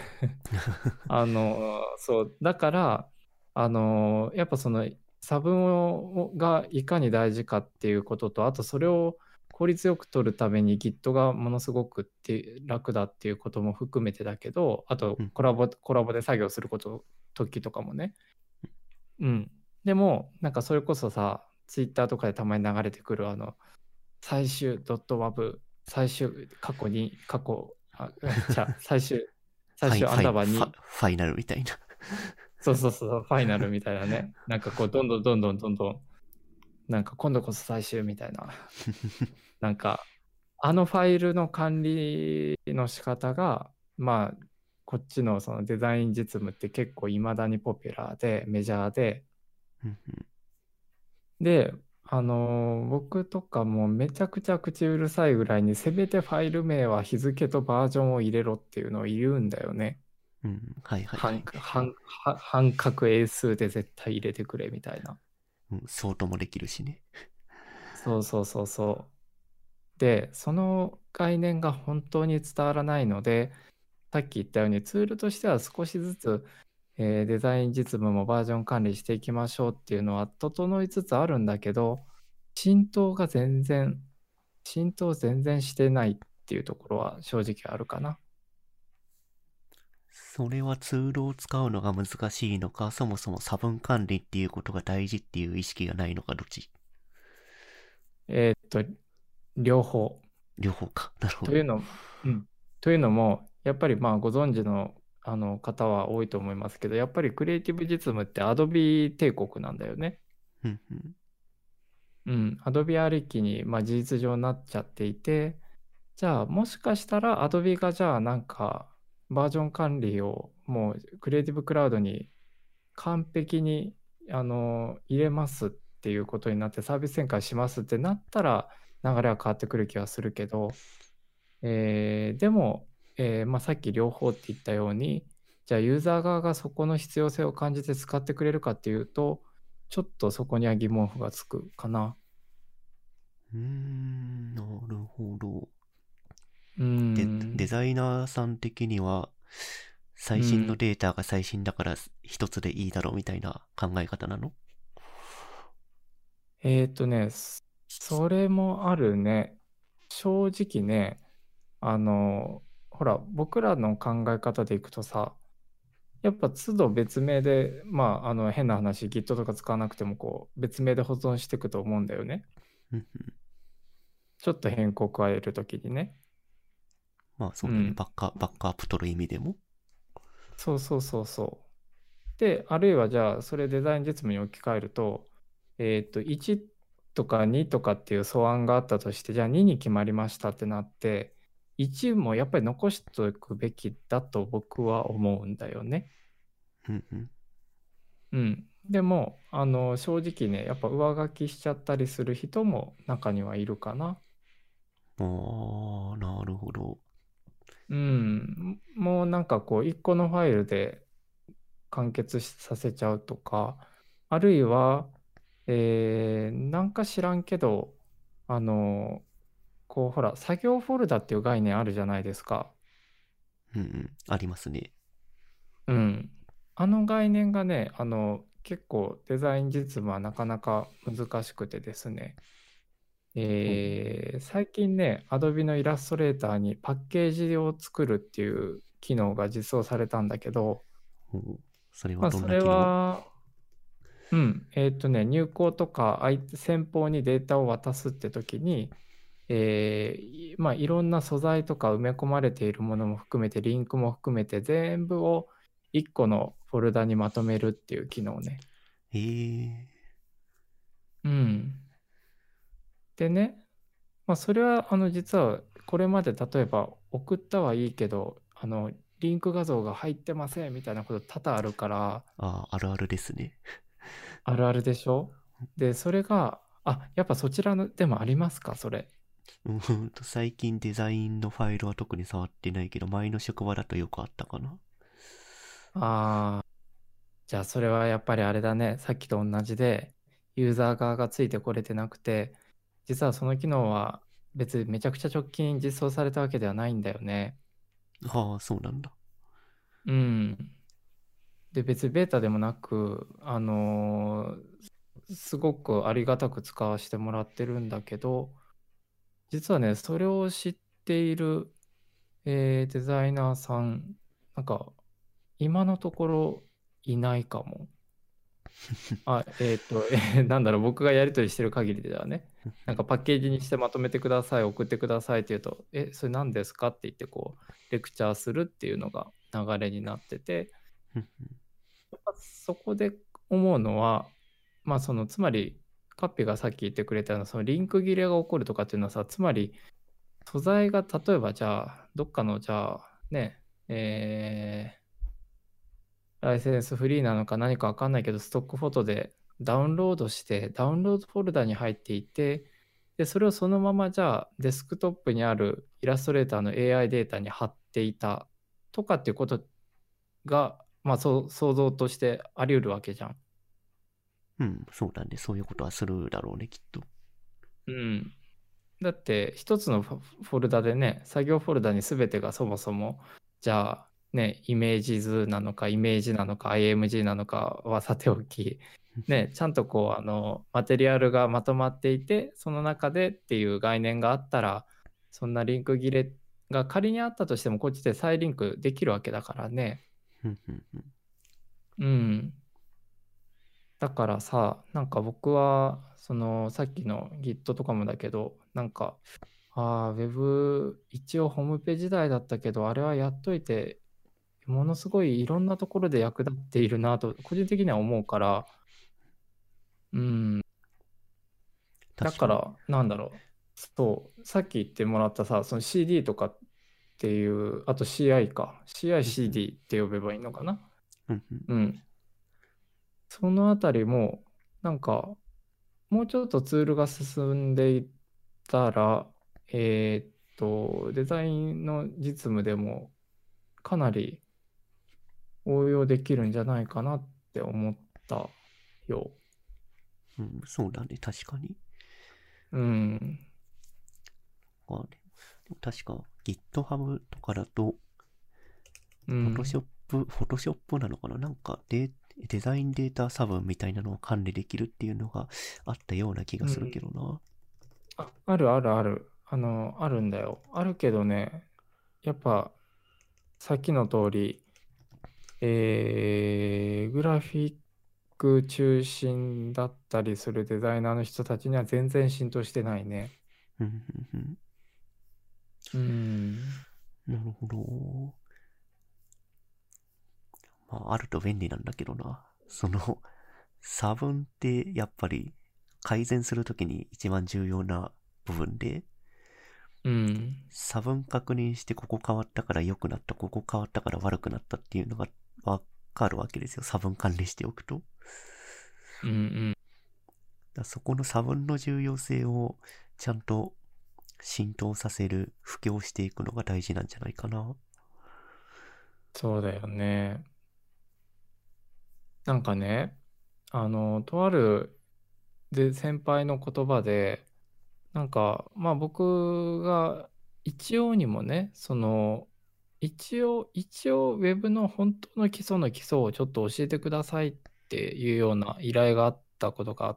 そう、だから、やっぱその差分がいかに大事かっていうことと、あとそれを効率よく取るために Git がものすごく楽だっていうことも含めてだけど、あとコラボで作業する時とかもね。でも、なんかそれこそさ、Twitter とかでたまに流れてくる最終 .wav、最終、過去、最終アンダーバーに。 ファイナルみたいな。 そう、ファイナルみたいなね。なんかこう、どんどん、なんか今度こそ最終みたいな。なんか、ファイルの管理の仕方が、まあ、こっちのそのデザイン実務って結構未だにポピュラーで、メジャーで、で、僕とかもめちゃくちゃ口うるさいぐらいに、せめてファイル名は日付とバージョンを入れろっていうのを言うんだよね。半角英数で絶対入れてくれみたいな。 うん、そうともできるしね。 そうそうそうそう。で、その概念が本当に伝わらないので、さっき言ったようにツールとしては少しずつ、デザイン実務もバージョン管理していきましょうっていうのは整いつつあるんだけど、浸透全然してないっていうところは正直あるかな。 それはツールを使うのが難しいのか、そもそも差分管理っていうことが大事っていう意識がないのか、どっち？ えーっと、両方。 両方か。なるほど。 というの、うん。というのも、やっぱりまあご存知の、方は多いと思いますけど、やっぱりクリエイティブ実務って Adobe 帝国なんだよね。 うんうん。 うん。Adobe ありきに、まあ、事実上なっちゃっていて、じゃあもしかしたら Adobe がじゃあなんかバージョン管理をもうクリエイティブクラウドに完璧に入れますっていうことになってサービス展開しますってなったら流れは変わってくる気がするけど、でも、まあ、さっき両方って言ったように、じゃあユーザー側がそこの必要性を感じて使ってくれるかっていうと、ちょっとそこには疑問符がつくかな。 なるほど。 うーデん、 ザイナーさん的には、最新のうん。 データが最新だから一つでいいだろうみたいな考え方なの？ それもあるね。正直ね、ほら、僕らの考え方でいくとさ、やっぱ都度別名で、まあ、変な話、Git とか使わなくても、こう、別名で保存していくと思うんだよね。 うんうん。 ちょっと変更加えるときにね。 まあそうだよね。 うん。 バックアップ取る意味でも。 そうそうそうそう。で、あるいはじゃあ、それデザイン実務に置き換えると、1とか2とかっていう素案があったとして、じゃあ2に決まりましたってなって、1もやっぱり残しておくべきだと僕は思うんだよね。 うんうん。 うん。でも、正直ね、やっぱ上書きしちゃったりする人も中にはいるかな。 ああ、なるほど。 うん。もうなんかこう、1個のファイルで完結させちゃうとか、あるいは、なんか知らんけど、あの、こう、ほら、作業フォルダっていう概念あるじゃないですか。 うんうん。ありますね。 うん。あの概念がね、結構デザイン実務はなかなか難しくてですね。 ほう最近ね、Adobe のイラストレーターにパッケージを作るっていう機能が実装されたんだけど、 ほう。それはまあ、 どんそれな機能？ は、うん、入稿とか先方にデータを渡すって時に、まあ、いろんな素材とか埋め込まれているものも含めて、リンクも含めて、全部を1個のフォルダにまとめるっていう機能ね。 ええうん。でね、まあ、それは実はこれまで例えば送ったはいいけど、リンク画像が入ってませんみたいなこと多々あるから、 ああ、あるあるですね。 あるあるでしょ？で、それが、あ、やっぱそちらのでもありますか、それ？ 最近デザインのファイルは特に触ってないけど、前の職場だとよくあったかな。 ああ、じゃあそれはやっぱりあれだね。さっきと同じで、ユーザー側がついてこれてなくて、実はその機能は別にめちゃくちゃ直近実装されたわけではないんだよね。 ああ、そうなんだ。 うん。で、別にベータでもなく、すごくありがたく使わせてもらってるんだけど、実はね、それを知っている、デザイナーさん、なんか、今のところいないかも。あ、なんだろう、僕がやり取りしてる限りではね、なんかパッケージにしてまとめてください、送ってくださいって言うと、それ何ですかって言って、こう、レクチャーするっていうのが流れになってて、やっぱそこで思うのは、まあ、つまり、カッピがさっき言ってくれたような、そのリンク切れが起こるとかっていうのはさ、つまり、素材が例えばじゃあ、どっかのじゃあ、ね、ライセンスフリーなのか何かわかんないけど、ストックフォトでダウンロードして、ダウンロードフォルダに入っていて、で、それをそのままじゃあ、デスクトップにあるイラストレーターの AI データに貼っていたとかっていうことが、まあ、想像としてあり得るわけじゃん。 うん、そうだね。そういうことはするだろうね、きっと。 うん。だって一つのフォルダでね、作業フォルダに全てがそもそも、じゃあね、イメージ図なのか、イメージなのか、IMG なのかはさておき、ね、ちゃんとこう、マテリアルがまとまっていて、その中でっていう概念があったら、そんなリンク切れが仮にあったとしても、こっちで再リンクできるわけだからね。 うんうんうん。 うん。だからさ、なんか僕は、さっきの Git とかもだけど、なんか、ウェブ、一応ホームページ時代だったけど、あれはやっといて、ものすごいいろんなところで役立っているなと、個人的には思うから、うん、だ確かに。 から、なんだろう、そう、さっき言ってもらったさ、その CD とかっていう、あと CI か、 うんうん CI/CD って呼べばいいのかな。 うんうん。 うん。そのあたりも、なんか、もうちょっとツールが進んでいったら、デザインの実務でもかなり応用できるんじゃないかなって思ったよ。 うん、そうだね、確かに。 うん。 あれでも確か GitHub とかだと、 うん。 フォトショップなのかな、なんかデザインデータ差分みたいなのを管理できるっていうのがあったような気がするけうん。 どな。 あるあるある。あるんだよ。あるけどね、やっぱさっきの通り、グラフィック中心だったりするデザイナーの人たちには全然浸透してないね。 うんうんうん。 うん。 なるほど。まあ、あると便利なんだけどな。差分ってやっぱり改善するときに一番重要な部分で、 うん。 差分確認してここ変わったから良くなった、ここ変わったから悪くなったっていうのがわかるわけですよ。差分管理しておくと。 うんうん。 そこの差分の重要性をちゃんと浸透させる、布教していくのが大事なんじゃないかな。 そうだよね。なんかね、とある先輩の言葉で、なんか、まあ僕が一応にもね、一応、ウェブの本当の基礎の基礎をちょっと教えてくださいっていうような依頼があったことがあって、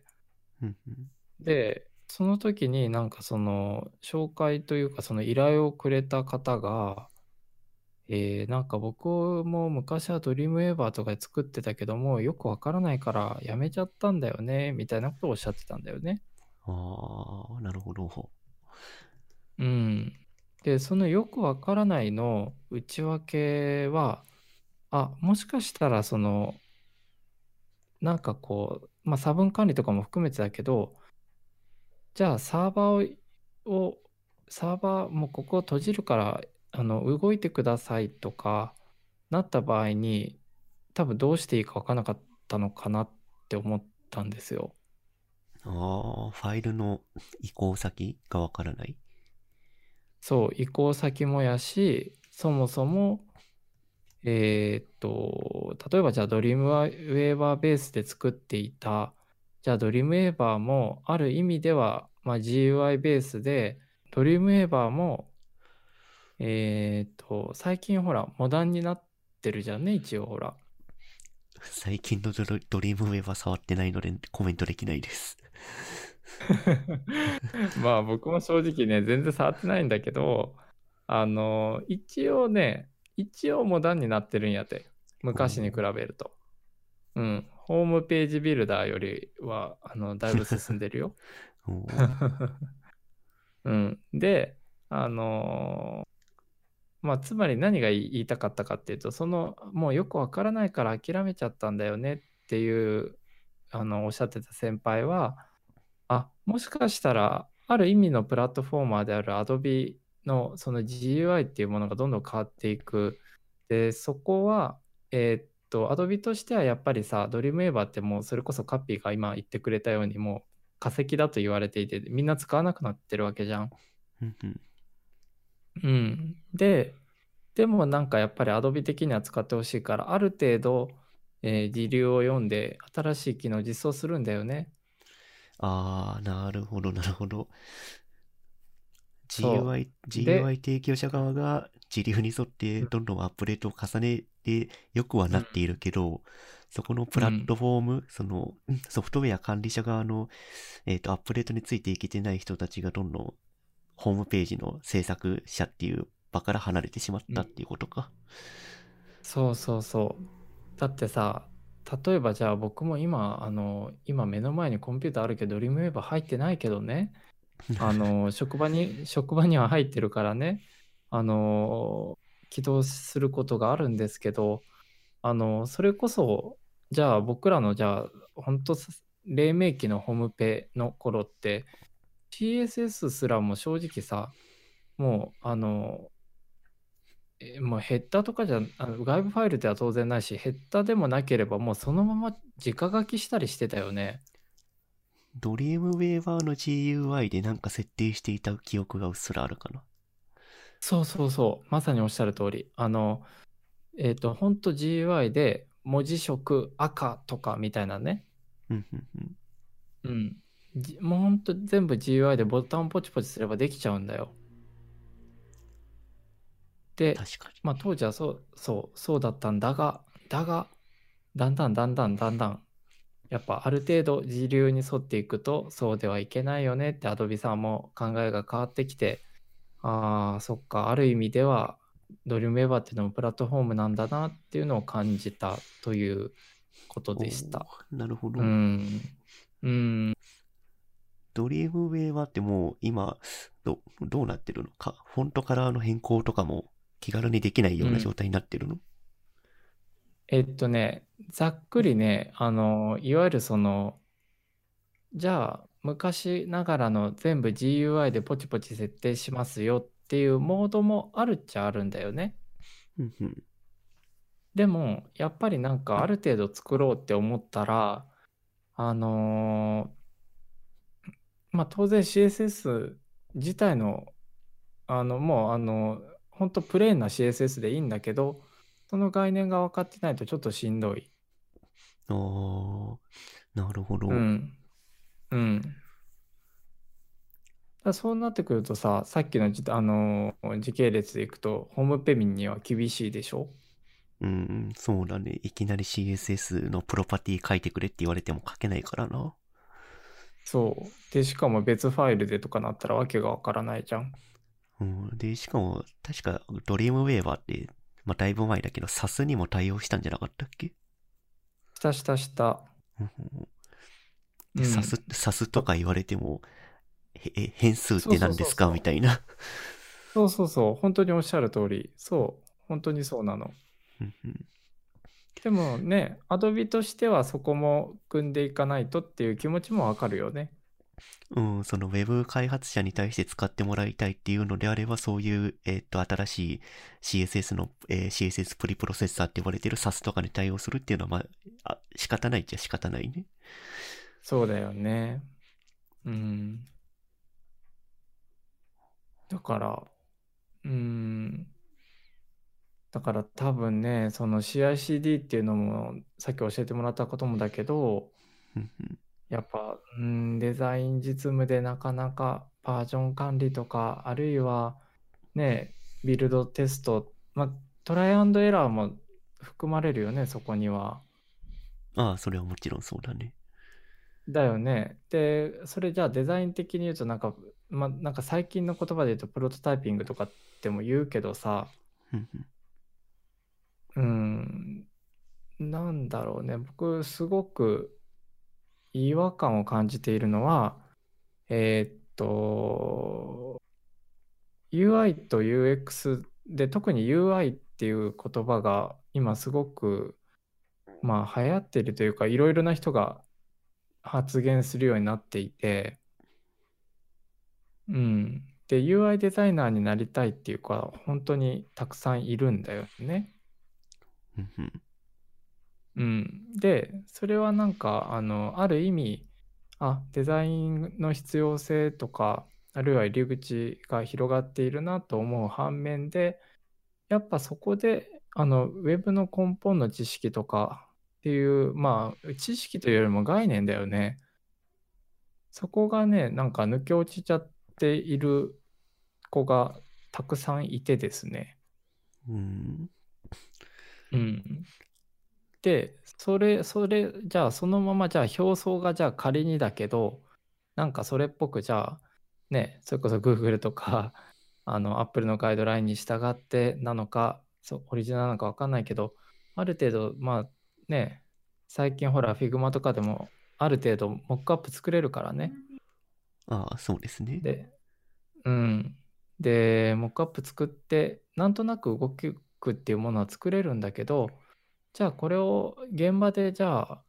うんうん。 で、その時になんか紹介というかその依頼をくれた方が、なんか僕も昔はドリームウェーバーとかで作ってたけども、よくわからないからやめちゃったんだよね、みたいなことをおっしゃってたんだよね。 ああ、なるほど。 うん。で、そのよくわからないの内訳は、もしかしたらなんかこう、まあ差分管理とかも含めてだけど、じゃあを、サーバーもうここを閉じるから、動いてくださいとかなった場合に、多分どうしていいか分からなかったのかなって思ったんですよ。 ああ、ファイルの移行先がわからない。 そう、移行先もやし、そもそも、例えばじゃあドリームウェーバーベースで作っていた、じゃあドリームウェーバーもある意味では、まあ、GUI ベースで、ドリームウェーバーも、最近ほら、モダンになってるじゃんね、一応ほら。 最近のドリームウェーバー触ってないのでコメントできないです。 まあ僕も正直ね、全然触ってないんだけど、一応モダンになってるんやて。 お昔に比べると。うん。ホームページビルダーよりは、だいぶ進んでるよ。 ーおーうん。で、あのまあ、つまり何が言いたかったかっていうと、もうよくわからないから諦めちゃったんだよねっていう、おっしゃってた先輩は、もしかしたら、ある意味のプラットフォーマーである Adobe のその GUI っていうものがどんどん変わっていく。で、そこは、Adobe としてはやっぱりさ、Dreamweaver ってもうそれこそカッピーが今言ってくれたようにもう化石だと言われていて、みんな使わなくなってるわけじゃん。 うんうん。 うん。でもなんかやっぱり Adobe 的には使ってほしいから、ある程度、 時流を読んで新しい機能を実装するんだよね。 あー、なるほど、なるほど。 そ GUI、 う。で、 GUI 提供者側が自流に沿ってどんどんアップデートを重ねてよくはうん、 なっているけど、そこのプラッうん、 トフォーム、ソフトウェア管理者側の、アップデートについていけてない人たちがどんどんホームページの制作者っていう場から離れてしまっうん。 たっていうことか。 そうそうそう。だってさ、例えばじゃあ僕も今、今目の前にコンピューターあるけど、ドリームウェーブ入ってないけどね、職場には入ってるからね、あの、起動することがあるんですけど、それこそ、じゃあ僕らの、じゃあ、本当黎明期のホームペの頃って、CSS すらも正直さ、もう、もうヘッダーとかじゃ、外部ファイルでは当然ないし、ヘッダーでもなければ、もうそのまま直書きしたりしてたよね。 ドリームウェーバーの GUI でなんか設定していた記憶がうっすらあるかな。 そうそうそう、まさにおっしゃる通り。ほんと GUI で文字色赤とかみたいなね。 うんうんうん。 うん。もうほんと全部 GUI でボタンポチポチすればできちゃうんだよ。で、 確かに。 まあ当時はそうだったんだが、だんだん、やっぱある程度時流に沿っていくとそうではいけないよねってアドビさんも考えが変わってきて、ああ、そっか、ある意味ではドリームウェーバーっていうのもプラットフォームなんだなっていうのを感じたということおでした。 ー、なるほうど。 ん。うん。 ドリームウェーバーってもう今、どうなってるのか。フォントカラーの変更とかも気軽にできないような状うん。 態になってるの？ ざっくりね、いわゆるじゃあ、昔ながらの全部 GUI でポチポチ設定しますよっていうモードもあるっちゃあるんだよね。 うんうん。 でも、やっぱりなんかある程度作ろうって思ったら、あのまあ当然 CSS 自体の、もう本当プレーンな CSS でいいんだけど、その概念が分かってないとちょっとしんどい。 あー、なるほど。 うん。うん。そうなってくるとさ、さっきの時系列でいくと、ホームペミンには厳しいでしょ？ うん、そうだね。いきなり CSS のプロパティ書いてくれって言われても書けないからな。 そう。で、しかも別ファイルでとかなったらわけがわからないじゃん。 うん、で、しかも、確かドリームウェーバーって、まあ、だいぶ前だけど、SAS にも対応したんじゃなかったっけ？ した。 うんうん。で、 うん。 サスとだか言われても、変数っそうてそうそうそ何ですかみたいな。 う。そうそうそう。本当におっしゃる通り。そう。本当にそうなの。 うんうんでもね、Adobe としてはそこも組んでいかないとっていう気持ちもわかるよね。 うん、そのウェブ開発者に対して使ってもらいたいっていうのであれば、そういう、新しい CSS の、CSS プリプロセッサーって呼ばれてる SAS とかに対応するっていうのは、まあ、仕方ないっちゃ仕方ないね。 そうだよね。うん。だから、うん。だから多分ね、その CICD っていうのもさっき教えてもらったこともだけど、 うんうん。 やっぱ、デザイン実務でなかなかバージョン管理とか、あるいはね、ビルドテスト、まあ、トライアンドエラーも含まれるよね、そこには。 ああ、それはもちろんそうだね。 だよね。で、それじゃあデザイン的に言うとなんか最近の言葉で言うとプロトタイピングとかっても言うけどさ、 うんうん。 うん、なんだろうね。僕、すごく違和感を感じているのは、UI と UX で、特に UI っていう言葉が今すごく、まあ、流行ってるというか、いろいろな人が発言するようになっていて、うん。で、UI デザイナーになりたいっていう子は本当にたくさんいるんだよね。 うんうん。 うん。で、それはなんか、ある意味、デザインの必要性とか、あるいは入り口が広がっているなと思う反面で、やっぱそこで、ウェブの根本の知識とか、 ていう、まあ、知識というよりも概念だよね。そこがね、なんか抜け落ちちゃっている子がたくさんいてですね。 うん。 うん。で、じゃあそのまま、じゃあ表層がじゃあ仮にだけど、なんかそれっぽくじゃあ、ね、それこそ Google とか、Apple のガイドラインに従ってなのか、オリジナルなのか分かんないけど、ある程度、まあね、最近ほら Figma とかでもある程度モックアップ作れるからね。 ああ、そうですね。 で、うん。で、モックアップ作って、なんとなく動くっていうものは作れるんだけど、じゃあこれを現場でじゃあ、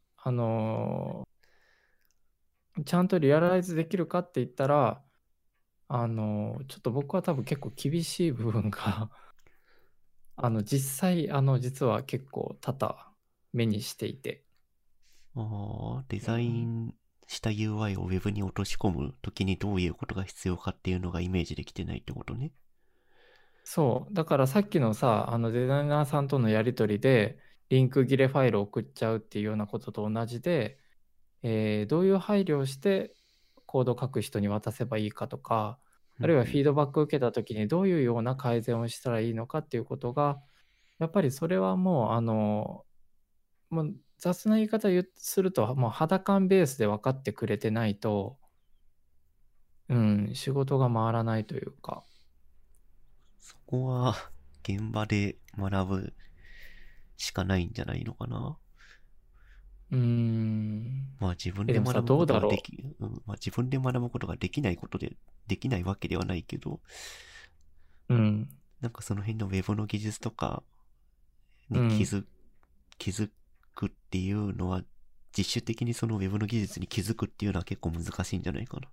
ちゃんとリアライズできるかって言ったら、ちょっと僕は多分結構厳しい部分が実際、実は結構多々目にしていて。 ああ、デザイうん、 ンした UI を Web に落とし込むときにどういうことが必要かっていうのがイメージできてないってことね。 そう。だからさっきのさ、デザイナーさんとのやり取りで、リンク切れファイルを送っちゃうっていうようなことと同じで、どういう配慮をしてコードを書く人に渡せばいいかとか、あるいはフィードバックを受けたときにどういうような改善をしたらいいのかっていうことが、やっぱりそれはもう、もう雑な言い方すると、もう肌感ベースで分かってくれてないと、うん、仕事が回らないというか。 そこは現場で学ぶしかないんじゃないのかな。 うーん。 まあ自分でもさ、 で学ぶどうだろまあ自分で学ぶことができないことで、できないわけではないけど、 う。うん。 なんかその辺の Web の技術とかにうん。 気づくっていうのは、実主的にその Web の技術に気づくっていうのは結構難しいんじゃないかな。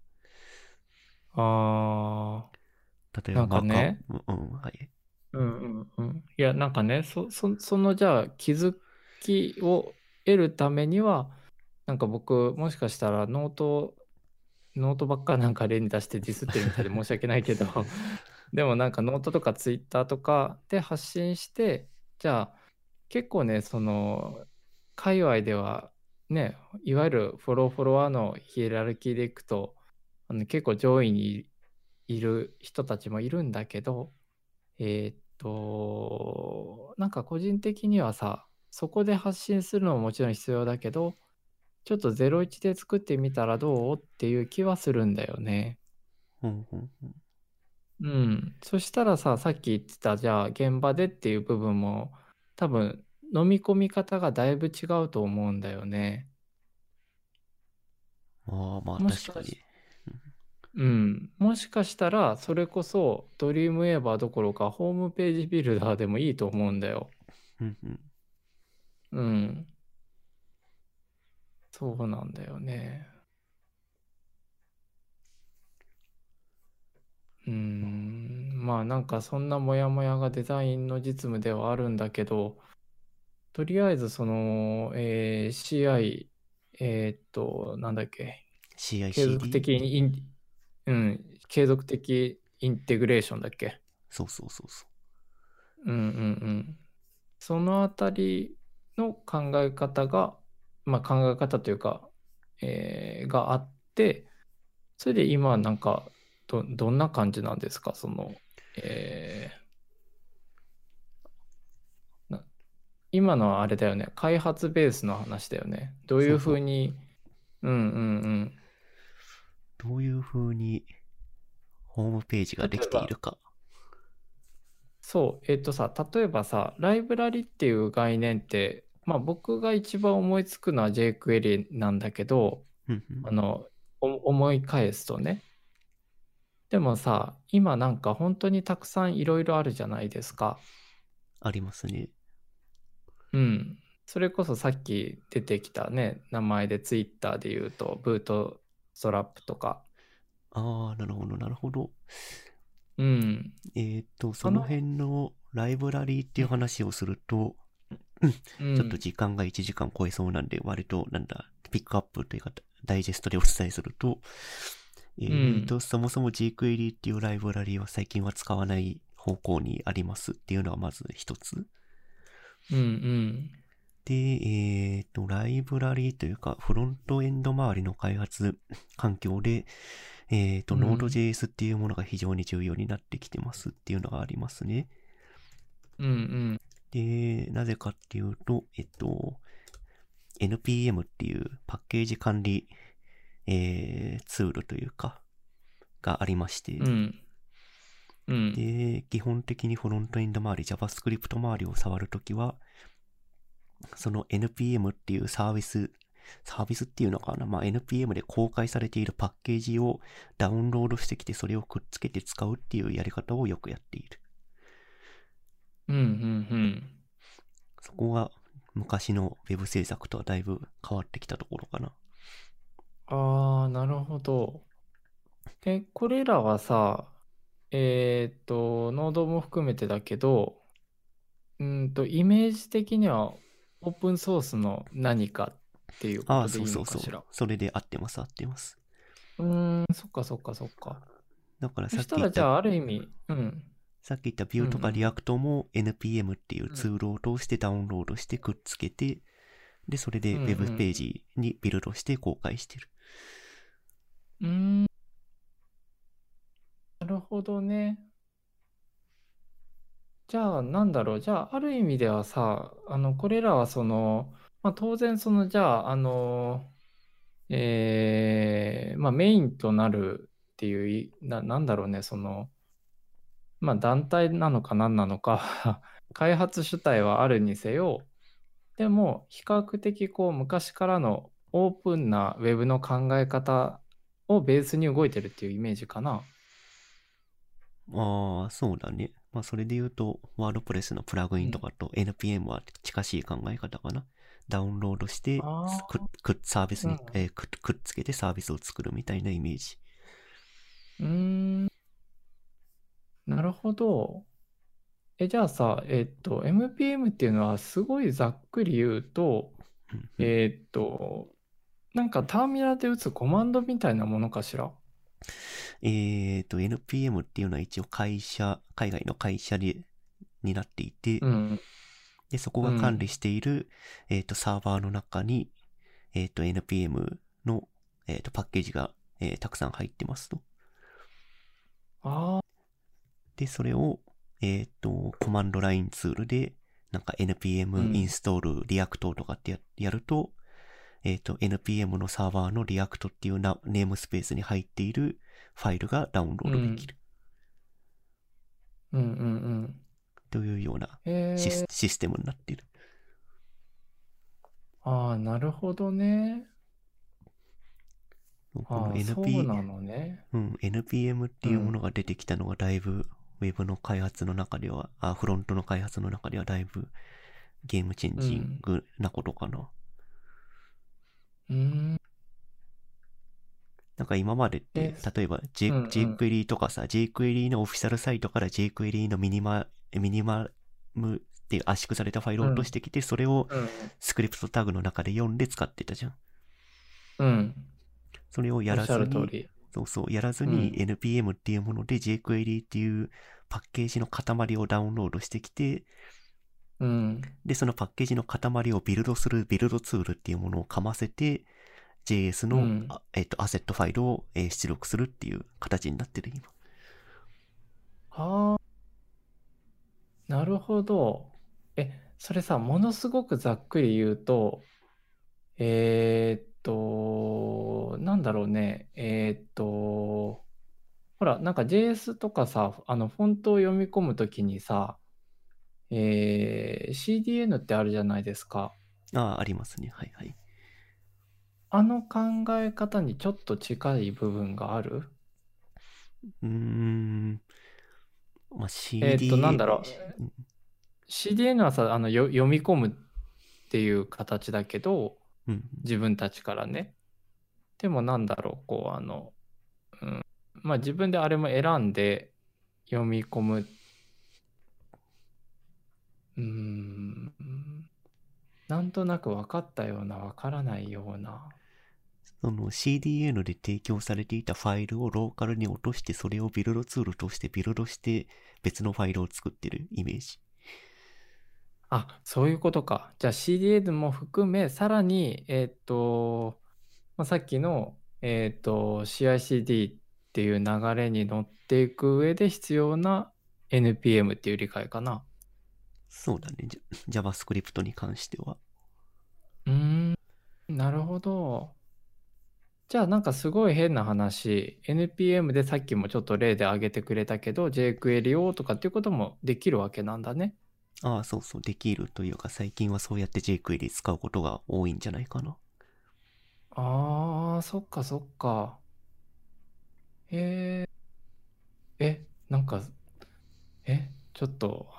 あ例えばなんかね、 はい。 うんうんうん。いや、なんかね、そのじゃあ気づきを得るためには、なんか僕、もしかしたらノートばっかなんか例に出してディスってるみたいで申し訳ないけど、でもなんかノートとかツイッターとかで発信して、じゃあ結構ね、界隈ではね、いわゆるフォロワーのヒエラルキーでいくと、結構上位にいる人たちもいるんだけど、なんか個人的にはさ、そこで発信するのももちろん必要だけど、ちょっと01で作ってみたらどうっていう気はするんだよね。 うんうんうん。 うん。そしたらさ、さっき言ってた、じゃあ現場でっていう部分も、多分飲み込み方がだいぶ違うと思うんだよね。 ああ、まあもし確かに。 かし、うん。もしかしたら、それこそドリームウェーバーどころか、ホームページビルダーでもいいと思うんだよ。 うんうん。 うん。そうなんだよね。まあなんかそんなモヤモヤがデザインの実務ではあるんだけど、とりあえずCI、なんだっけ、継続 CICD？ 的に継続的インテグレーションだっけ。 そうそうそうそうんうんうん。そのあたりの考え方が、まあ考え方というか、があって、それで今はなんか、どんな感じなんですか、えな今のはあれだよね。開発ベースの話だよね。どう。 ういうそうそう。 ふうに、うんうんうん。 どういう風にホームページができ例えば、 ているか。 そう、例えばさ、ライブラリっていう概念って、まあ僕が一番思いつくのは jQuery なんだけど、 うんうん。 あの、思い返すとね。でもさ、今なんか本当にたくさんいろいろあるじゃないですか。 ありますね。 うん。それこそさっき出てきたね、名前で Twitter で言うと、ブートストラップとか。 ああ、なるほど、なるほど。 うん。 そのあの、 辺のライブラリーっていう話をすると、ちょっとうん。 時間が1時間超えそうなんで、割と、ピックアップというか、ダイジェストでお伝えすると、 うん。 そもそも jQuery っていうライブラリーは最近は使わない方向にありますっていうのはまず一つ。 うん。うん。 で、ライブラリというか、フロントエンド周りの開発環境で、Node.js っていうものが非常に重要になってきてますっていうのがありますね。 うん。 で、なぜかっていうと、NPM っていうパッケージ管理、ツールというか、がありまして、で、基本的にフロントエンド周り、JavaScript 周りを触るときは、その NPM っていうサービスっていうのかな、NPM で公開されているパッケージをダウンロードしてきて、それをくっつけて使うっていうやり方をよくやっている。そこが昔の Web 制作とはだいぶ変わってきたところかな。 ああ、なるほど。で、これらはさ、ノードも含めてだけど、イメージ的にはオープンソースの何かっていうことでいいのかしら。 それで合ってます。 そっか。 だからそしたらじゃあある意味、 さっき言ったビューとかリアクトも NPM っていうツールを通してダウンロードしてくっつけて、で、それで Web ページにビルドして公開してる。 なるほどね。じゃあ、なんだろう。じゃあ、ある意味ではさ、これらは当然じゃあ、メインとなるっていう、なんだろうね、団体なのか何なのか開発主体はあるにせよ、でも、比較的昔からのオープンなウェブの考え方をベースに動いてるっていうイメージかな。 そうだね。それで言うと、ワードプレスのプラグインとかと NPM は近しい考え方かな。ダウンロードして、サービスに、くっつけてサービスを作るみたいなイメージ。 なるほど。じゃあさ、MPM っていうのはすごいざっくり言うと、なんかターミナルで打つコマンドみたいなものかしら。 NPM っていうのは一応海外の会社になっていて、で、そこが管理している、サーバーの中に、NPM の、パッケージが、たくさん入ってますと。で、それを、コマンドラインツールで、なんか NPM インストールリアクトとかってやると、NPM のサーバーのリアクトっていうネームスペースに入っているファイルがダウンロードできる。というようなシステムになっている。 なるほどね。 このそうなのね。 NPM っていうものが出てきたのがだいぶ、ウェブの開発の中では、フロントの開発の中ではだいぶゲームチェンジングなことかな。なんか今までって、例えば jQuery とかさ、jQuery のオフィシャルサイトから jQuery のミニマムっていう圧縮されたファイルを落としてきて、それをスクリプトタグの中で読んで使ってたじゃん。それをやらずに、やらずに NPM っていうもので jQuery っていうパッケージの塊をダウンロードしてきて、で、そのパッケージの塊をビルドするビルドツールっていうものをかませて、JS の、アセットファイルを、出力するっていう形になってる、 今。なるほど。それさ、ものすごくざっくり言うと、なんだろうね。ほら、なんか JS とかさ、フォントを読み込むときにさ、CDN ってあるじゃないですか。 ありますね。はいはい。 あの考え方にちょっと近い部分があるなんだろう。CDN はさ、読み込むっていう形だけど、自分たちからね。でもなんだろう、自分であれも選んで読み込む。なんとなく分かったような、分からないような。 その CDN で提供されていたファイルをローカルに落として、それをビルドツールとしてビルドして別のファイルを作ってるイメージ。 あ、そういうことか。じゃあ CDN も含め、さらに、まあ、さっきの、CICD っていう流れに乗っていく上で必要な NPM っていう理解かな。 そうだね。JavaScript に関しては。 うーん、なるほど。じゃあなんかすごい変な話、NPM でさっきもちょっと例で挙げてくれたけど、jQuery をとかっていうこともできるわけなんだね。 ああ、そうそう、できるというか、最近はそうやって jQuery 使うことが多いんじゃないかな。 ああ、そっかそっか。へえ、なんか、ちょっと、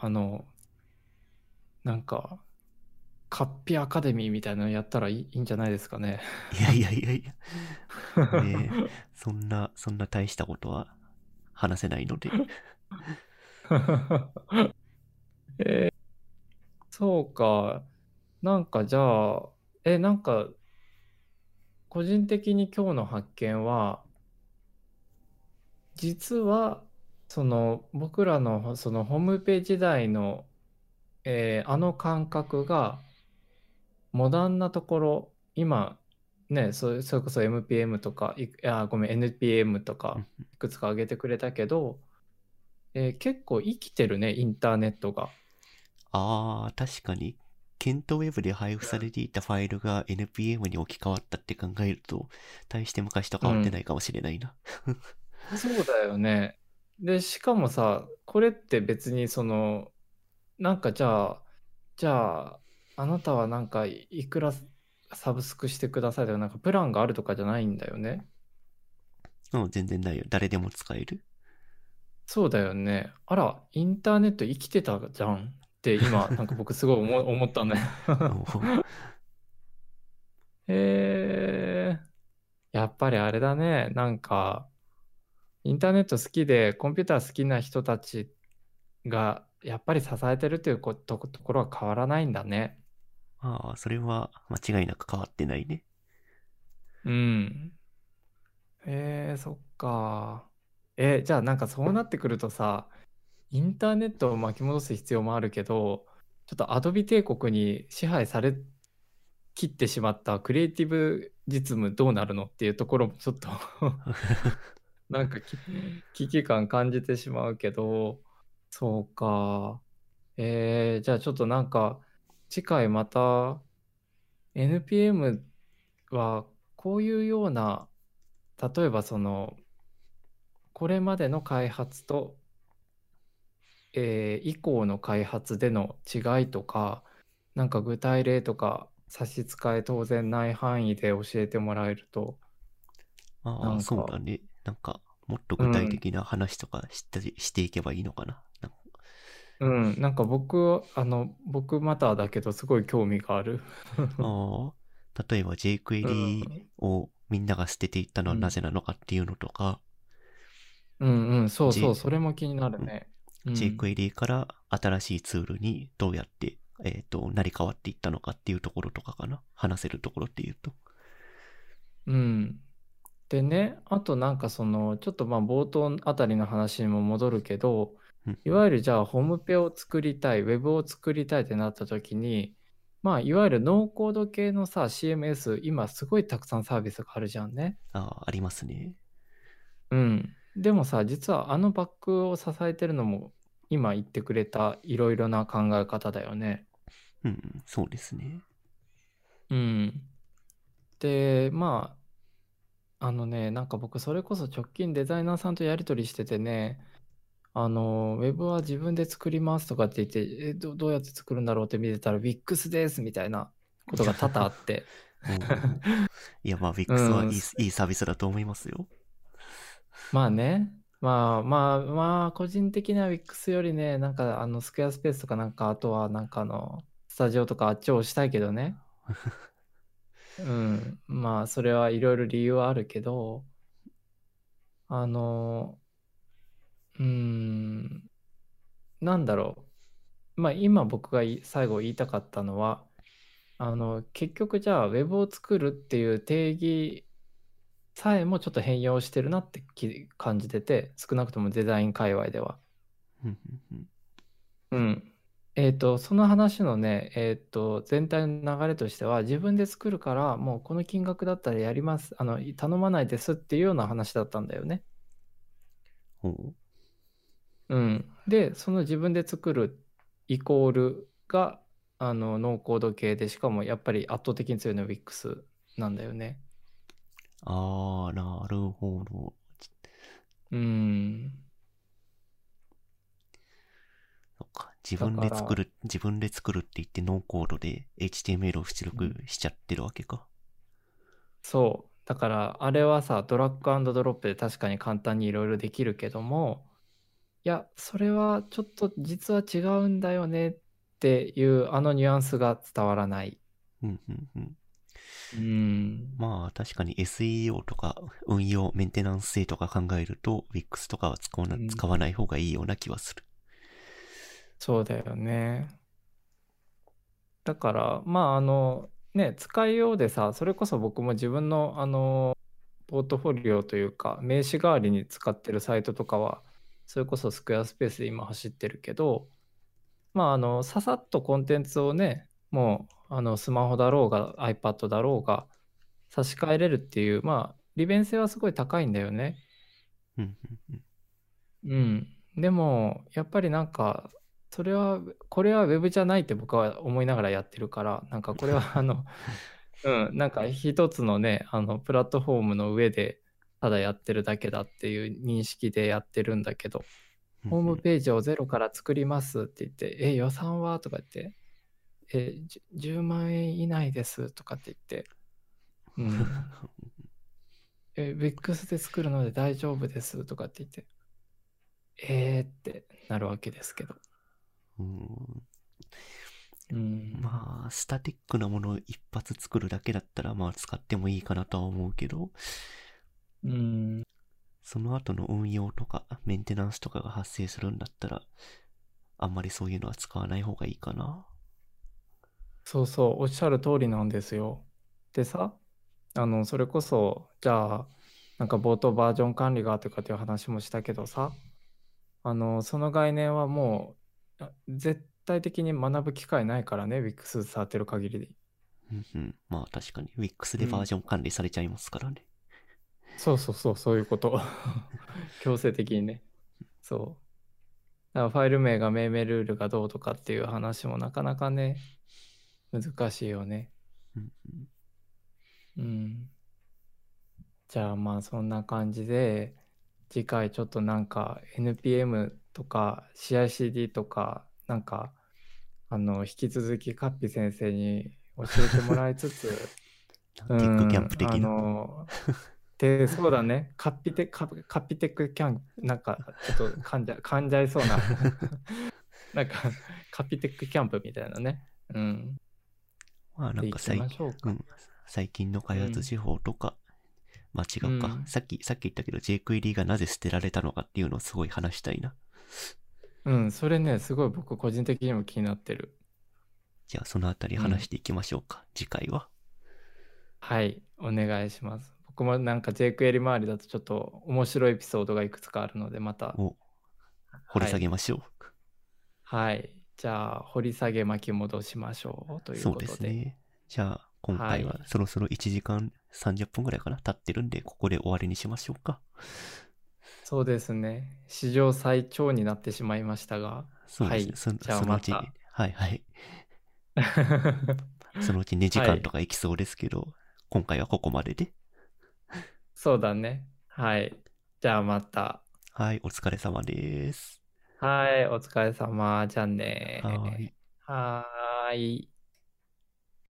なんか、カッピアカデミーみたいなのやったらいいんじゃないですかね。 いやいやいやいや。ねえ、そんな大したことは話せないので。 えーそうか。なんかじゃあ、なんか個人的に今日の発見は、実は、その僕らのそのホームページ時代の、あの感覚がモダンなところ、今、ね、それこそ MPM とか、ごめん、NPM とか、 うん。 いくつか挙げてくれたけど、結構生きてるね、インターネットが。 ああ、確かに、ケントウェブで配布されていたファイルが NPM に置き換わったって考えると、大して昔と変わってなうん。 いかもしれないな。 そうだよね。で、しかもさ、これって別にその、なんかじゃあ、あなたはなんかいくらサブスクしてくださいとか、なんかプランがあるとかじゃないんだよね。 うん、全然ないよ。誰でも使える。 そうだよね。あら、インターネット生きてたじゃんって今、なんか僕すごい思ったね。 おへえ、やっぱりあれだね。なんか、インターネット好きで、コンピューター好きな人たちが、やっぱり支えてるというところは変わらないんだね。 ああ、それは間違いなく変わってないね。 うん。そっか。じゃあなんかそうなってくるとさ、インターネットを巻き戻す必要もあるけど、ちょっとアドビ帝国に支配されきってしまったクリエイティブ実務どうなるのっていうところもちょっとなんか危機感感じてしまうけど、そうか。じゃあちょっとなんか次回また NPM はこういうような、例えばそのこれまでの開発と、以降の開発での違いとか、なんか具体例とか差し支え当然ない範囲で教えてもらえると、なああ、 んか、 そうだね。なんか、もっと具体うん、 的な話とかしていけばいいのかな。 うん、なんか僕まただけどすごい興味がある。 ああ、例えばう jQuery ん、 をみんなが捨てていったのうん、 はなぜなのかっていうのとか、 うん、うん、そうそ J、 う、それも気になるうん、 ね。うん、 jQuery から新しいツールにどうやって、成り変わっていったのかっていうところとかかな。話せるところっていうと。 うん。でね、あとなんかその、ちょっとまあ冒頭あたりの話にも戻るけど、 うん、 いわゆるじゃあホームペを作りたい、ウェブを作りたいってなった時に、まあいわゆるノーコード系のさ、CMS、今すごいたくさんサービスがあるじゃんね。 ああ、ありますね。 うん。でもさ、実はあのバックを支えてるのも、今言ってくれたいろいろな考え方だよね。 うん、そうですね。 うん。で、まあ、なんか僕それこそ直近デザイナーさんとやり取りしててね、ウェブは自分で作りますとかって言って、どうやって作るんだろうって見てたら、Wix ですみたいなことが多々あって。 おお。いや、まあ、 う Wix はん、 いいサービスだと思いますよ。 まあね。まあ、個人的には Wix よりね、なんかスクエアスペースとかなんか、あとはなんかスタジオとかあっちを押したいけどね。うん。まあ、それはいろいろ理由はあるけど、あの、うーん、なんだろう。まあ、今僕が最後言いたかったのは、結局じゃあ、ウェブを作るっていう定義さえもちょっと変容してるなって感じてて、少なくともデザイン界隈では。 うんうんうん。 うん。 その話のね、全体の流れとしては、自分で作るから、もうこの金額だったらやります、頼まないですっていうような話だったんだよね。 ほう。 うん。で、その自分で作るイコールが、ノーコード系で、しかもやっぱり圧倒的に強いのは Wix なんだよね。 あー、なるほど。 うん。 そっか。自だから、 自分で作るって言ってノーコードで HTML を出力うん、 しちゃってるわけか。 そう。だから、あれはさ、ドラッグアンドドロップで確かに簡単にいろいろできるけども、いや、それはちょっと実は違うんだよねっていうあのニュアンスが伝わらない。 うんうんうん。 うん。 まあ確かに SEO とか運用、メンテナンス性とか考えると Wix とかはうん、 使わない方がいいような気はする。 そうだよね。だから、まあ、ね、使いようでさ、それこそ僕も自分の、ポートフォリオというか、名刺代わりに使ってるサイトとかは、それこそスクエアスペースで今走ってるけど、まあ、ささっとコンテンツをね、もう、スマホだろうが、iPad だろうが、差し替えれるっていう、まあ、利便性はすごい高いんだよね。 うんうんうん。 うん。でも、やっぱりなんか、それは、これはウェブじゃないって僕は思いながらやってるから、なんかこれはうん、なんか一つのね、プラットフォームの上で、ただやってるだけだっていう認識でやってるんだけど、ホームページをゼロから作りますって言って、予算はとか言って、10万円以内ですとかって言って、うん。WIX で作るので大丈夫ですとかって言って、ってなるわけですけど。 うん。 うん。 まあ、スタティックなものを一発作るだけだったら、まあ使ってもいいかなとは思うけど、 うん。 その後の運用とかメンテナンスとかが発生するんだったら、あんまりそういうのは使わない方がいいかな。 そうそう、おっしゃる通りなんですよ。でさ、それこそ、じゃあ、なんか冒頭バージョン管理がとかっていう話もしたけどさ、その概念はもう、絶対的に学ぶ機会ないからね、Wix 触ってる限りで。 うんうん。まあ確かに Wix うん。 でバージョン管理されちゃいますからね。 そうそうそう、そういうこと。強制的にね。そう。だからファイル名が命名ルールがどうとかっていう話もなかなかね、難しいよね。 うんうん。 うん。じゃあまあそんな感じで、次回ちょっとなんか NPM とか CICD とか、なんか、引き続きカッピ先生に教えてもらいつつ、うテックキャンん、 プ的な。 で、そうだね、カピテックキャンプ、なんかちょっと噛んじゃいそうななんかカピテックキャンプみたいなね、うん、 まあなんで行きまかしょうか。 うん、最近の開うん、 発手法とか、まあ違うか。 うん、 さっき言ったけど JQuery がなぜ捨てられたのかっていうのをすごい話したいな。 うん、それね、すごい僕個人的にも気になってる。 じゃあそのあたりうん。 話していきましょうか。次回は。 はい、お願いします。僕もなんか JQuery 周りだとちょっと面白いエピソードがいくつかあるので、また、 を掘りはい、 下げましょう。 はい。じゃあ、掘り下げ巻き戻しましょうというそうでことで、 すね。じゃあ今回ははい。 そろそろ1時間30分ぐらいかな経ってるんで、ここで終わりにしましょうか。 そうですね。史上最長になってしまいましたが、 そうですね。 はい。じゃあそのうち、 また。 はいはい。そのうち2時間とはい。 か行きそうですけど、今回はここまでで。 そうだね。はい。じゃあまた。 はい、お疲れ様です。 はい。お疲れ様。じゃあはーい。 ね。はーい。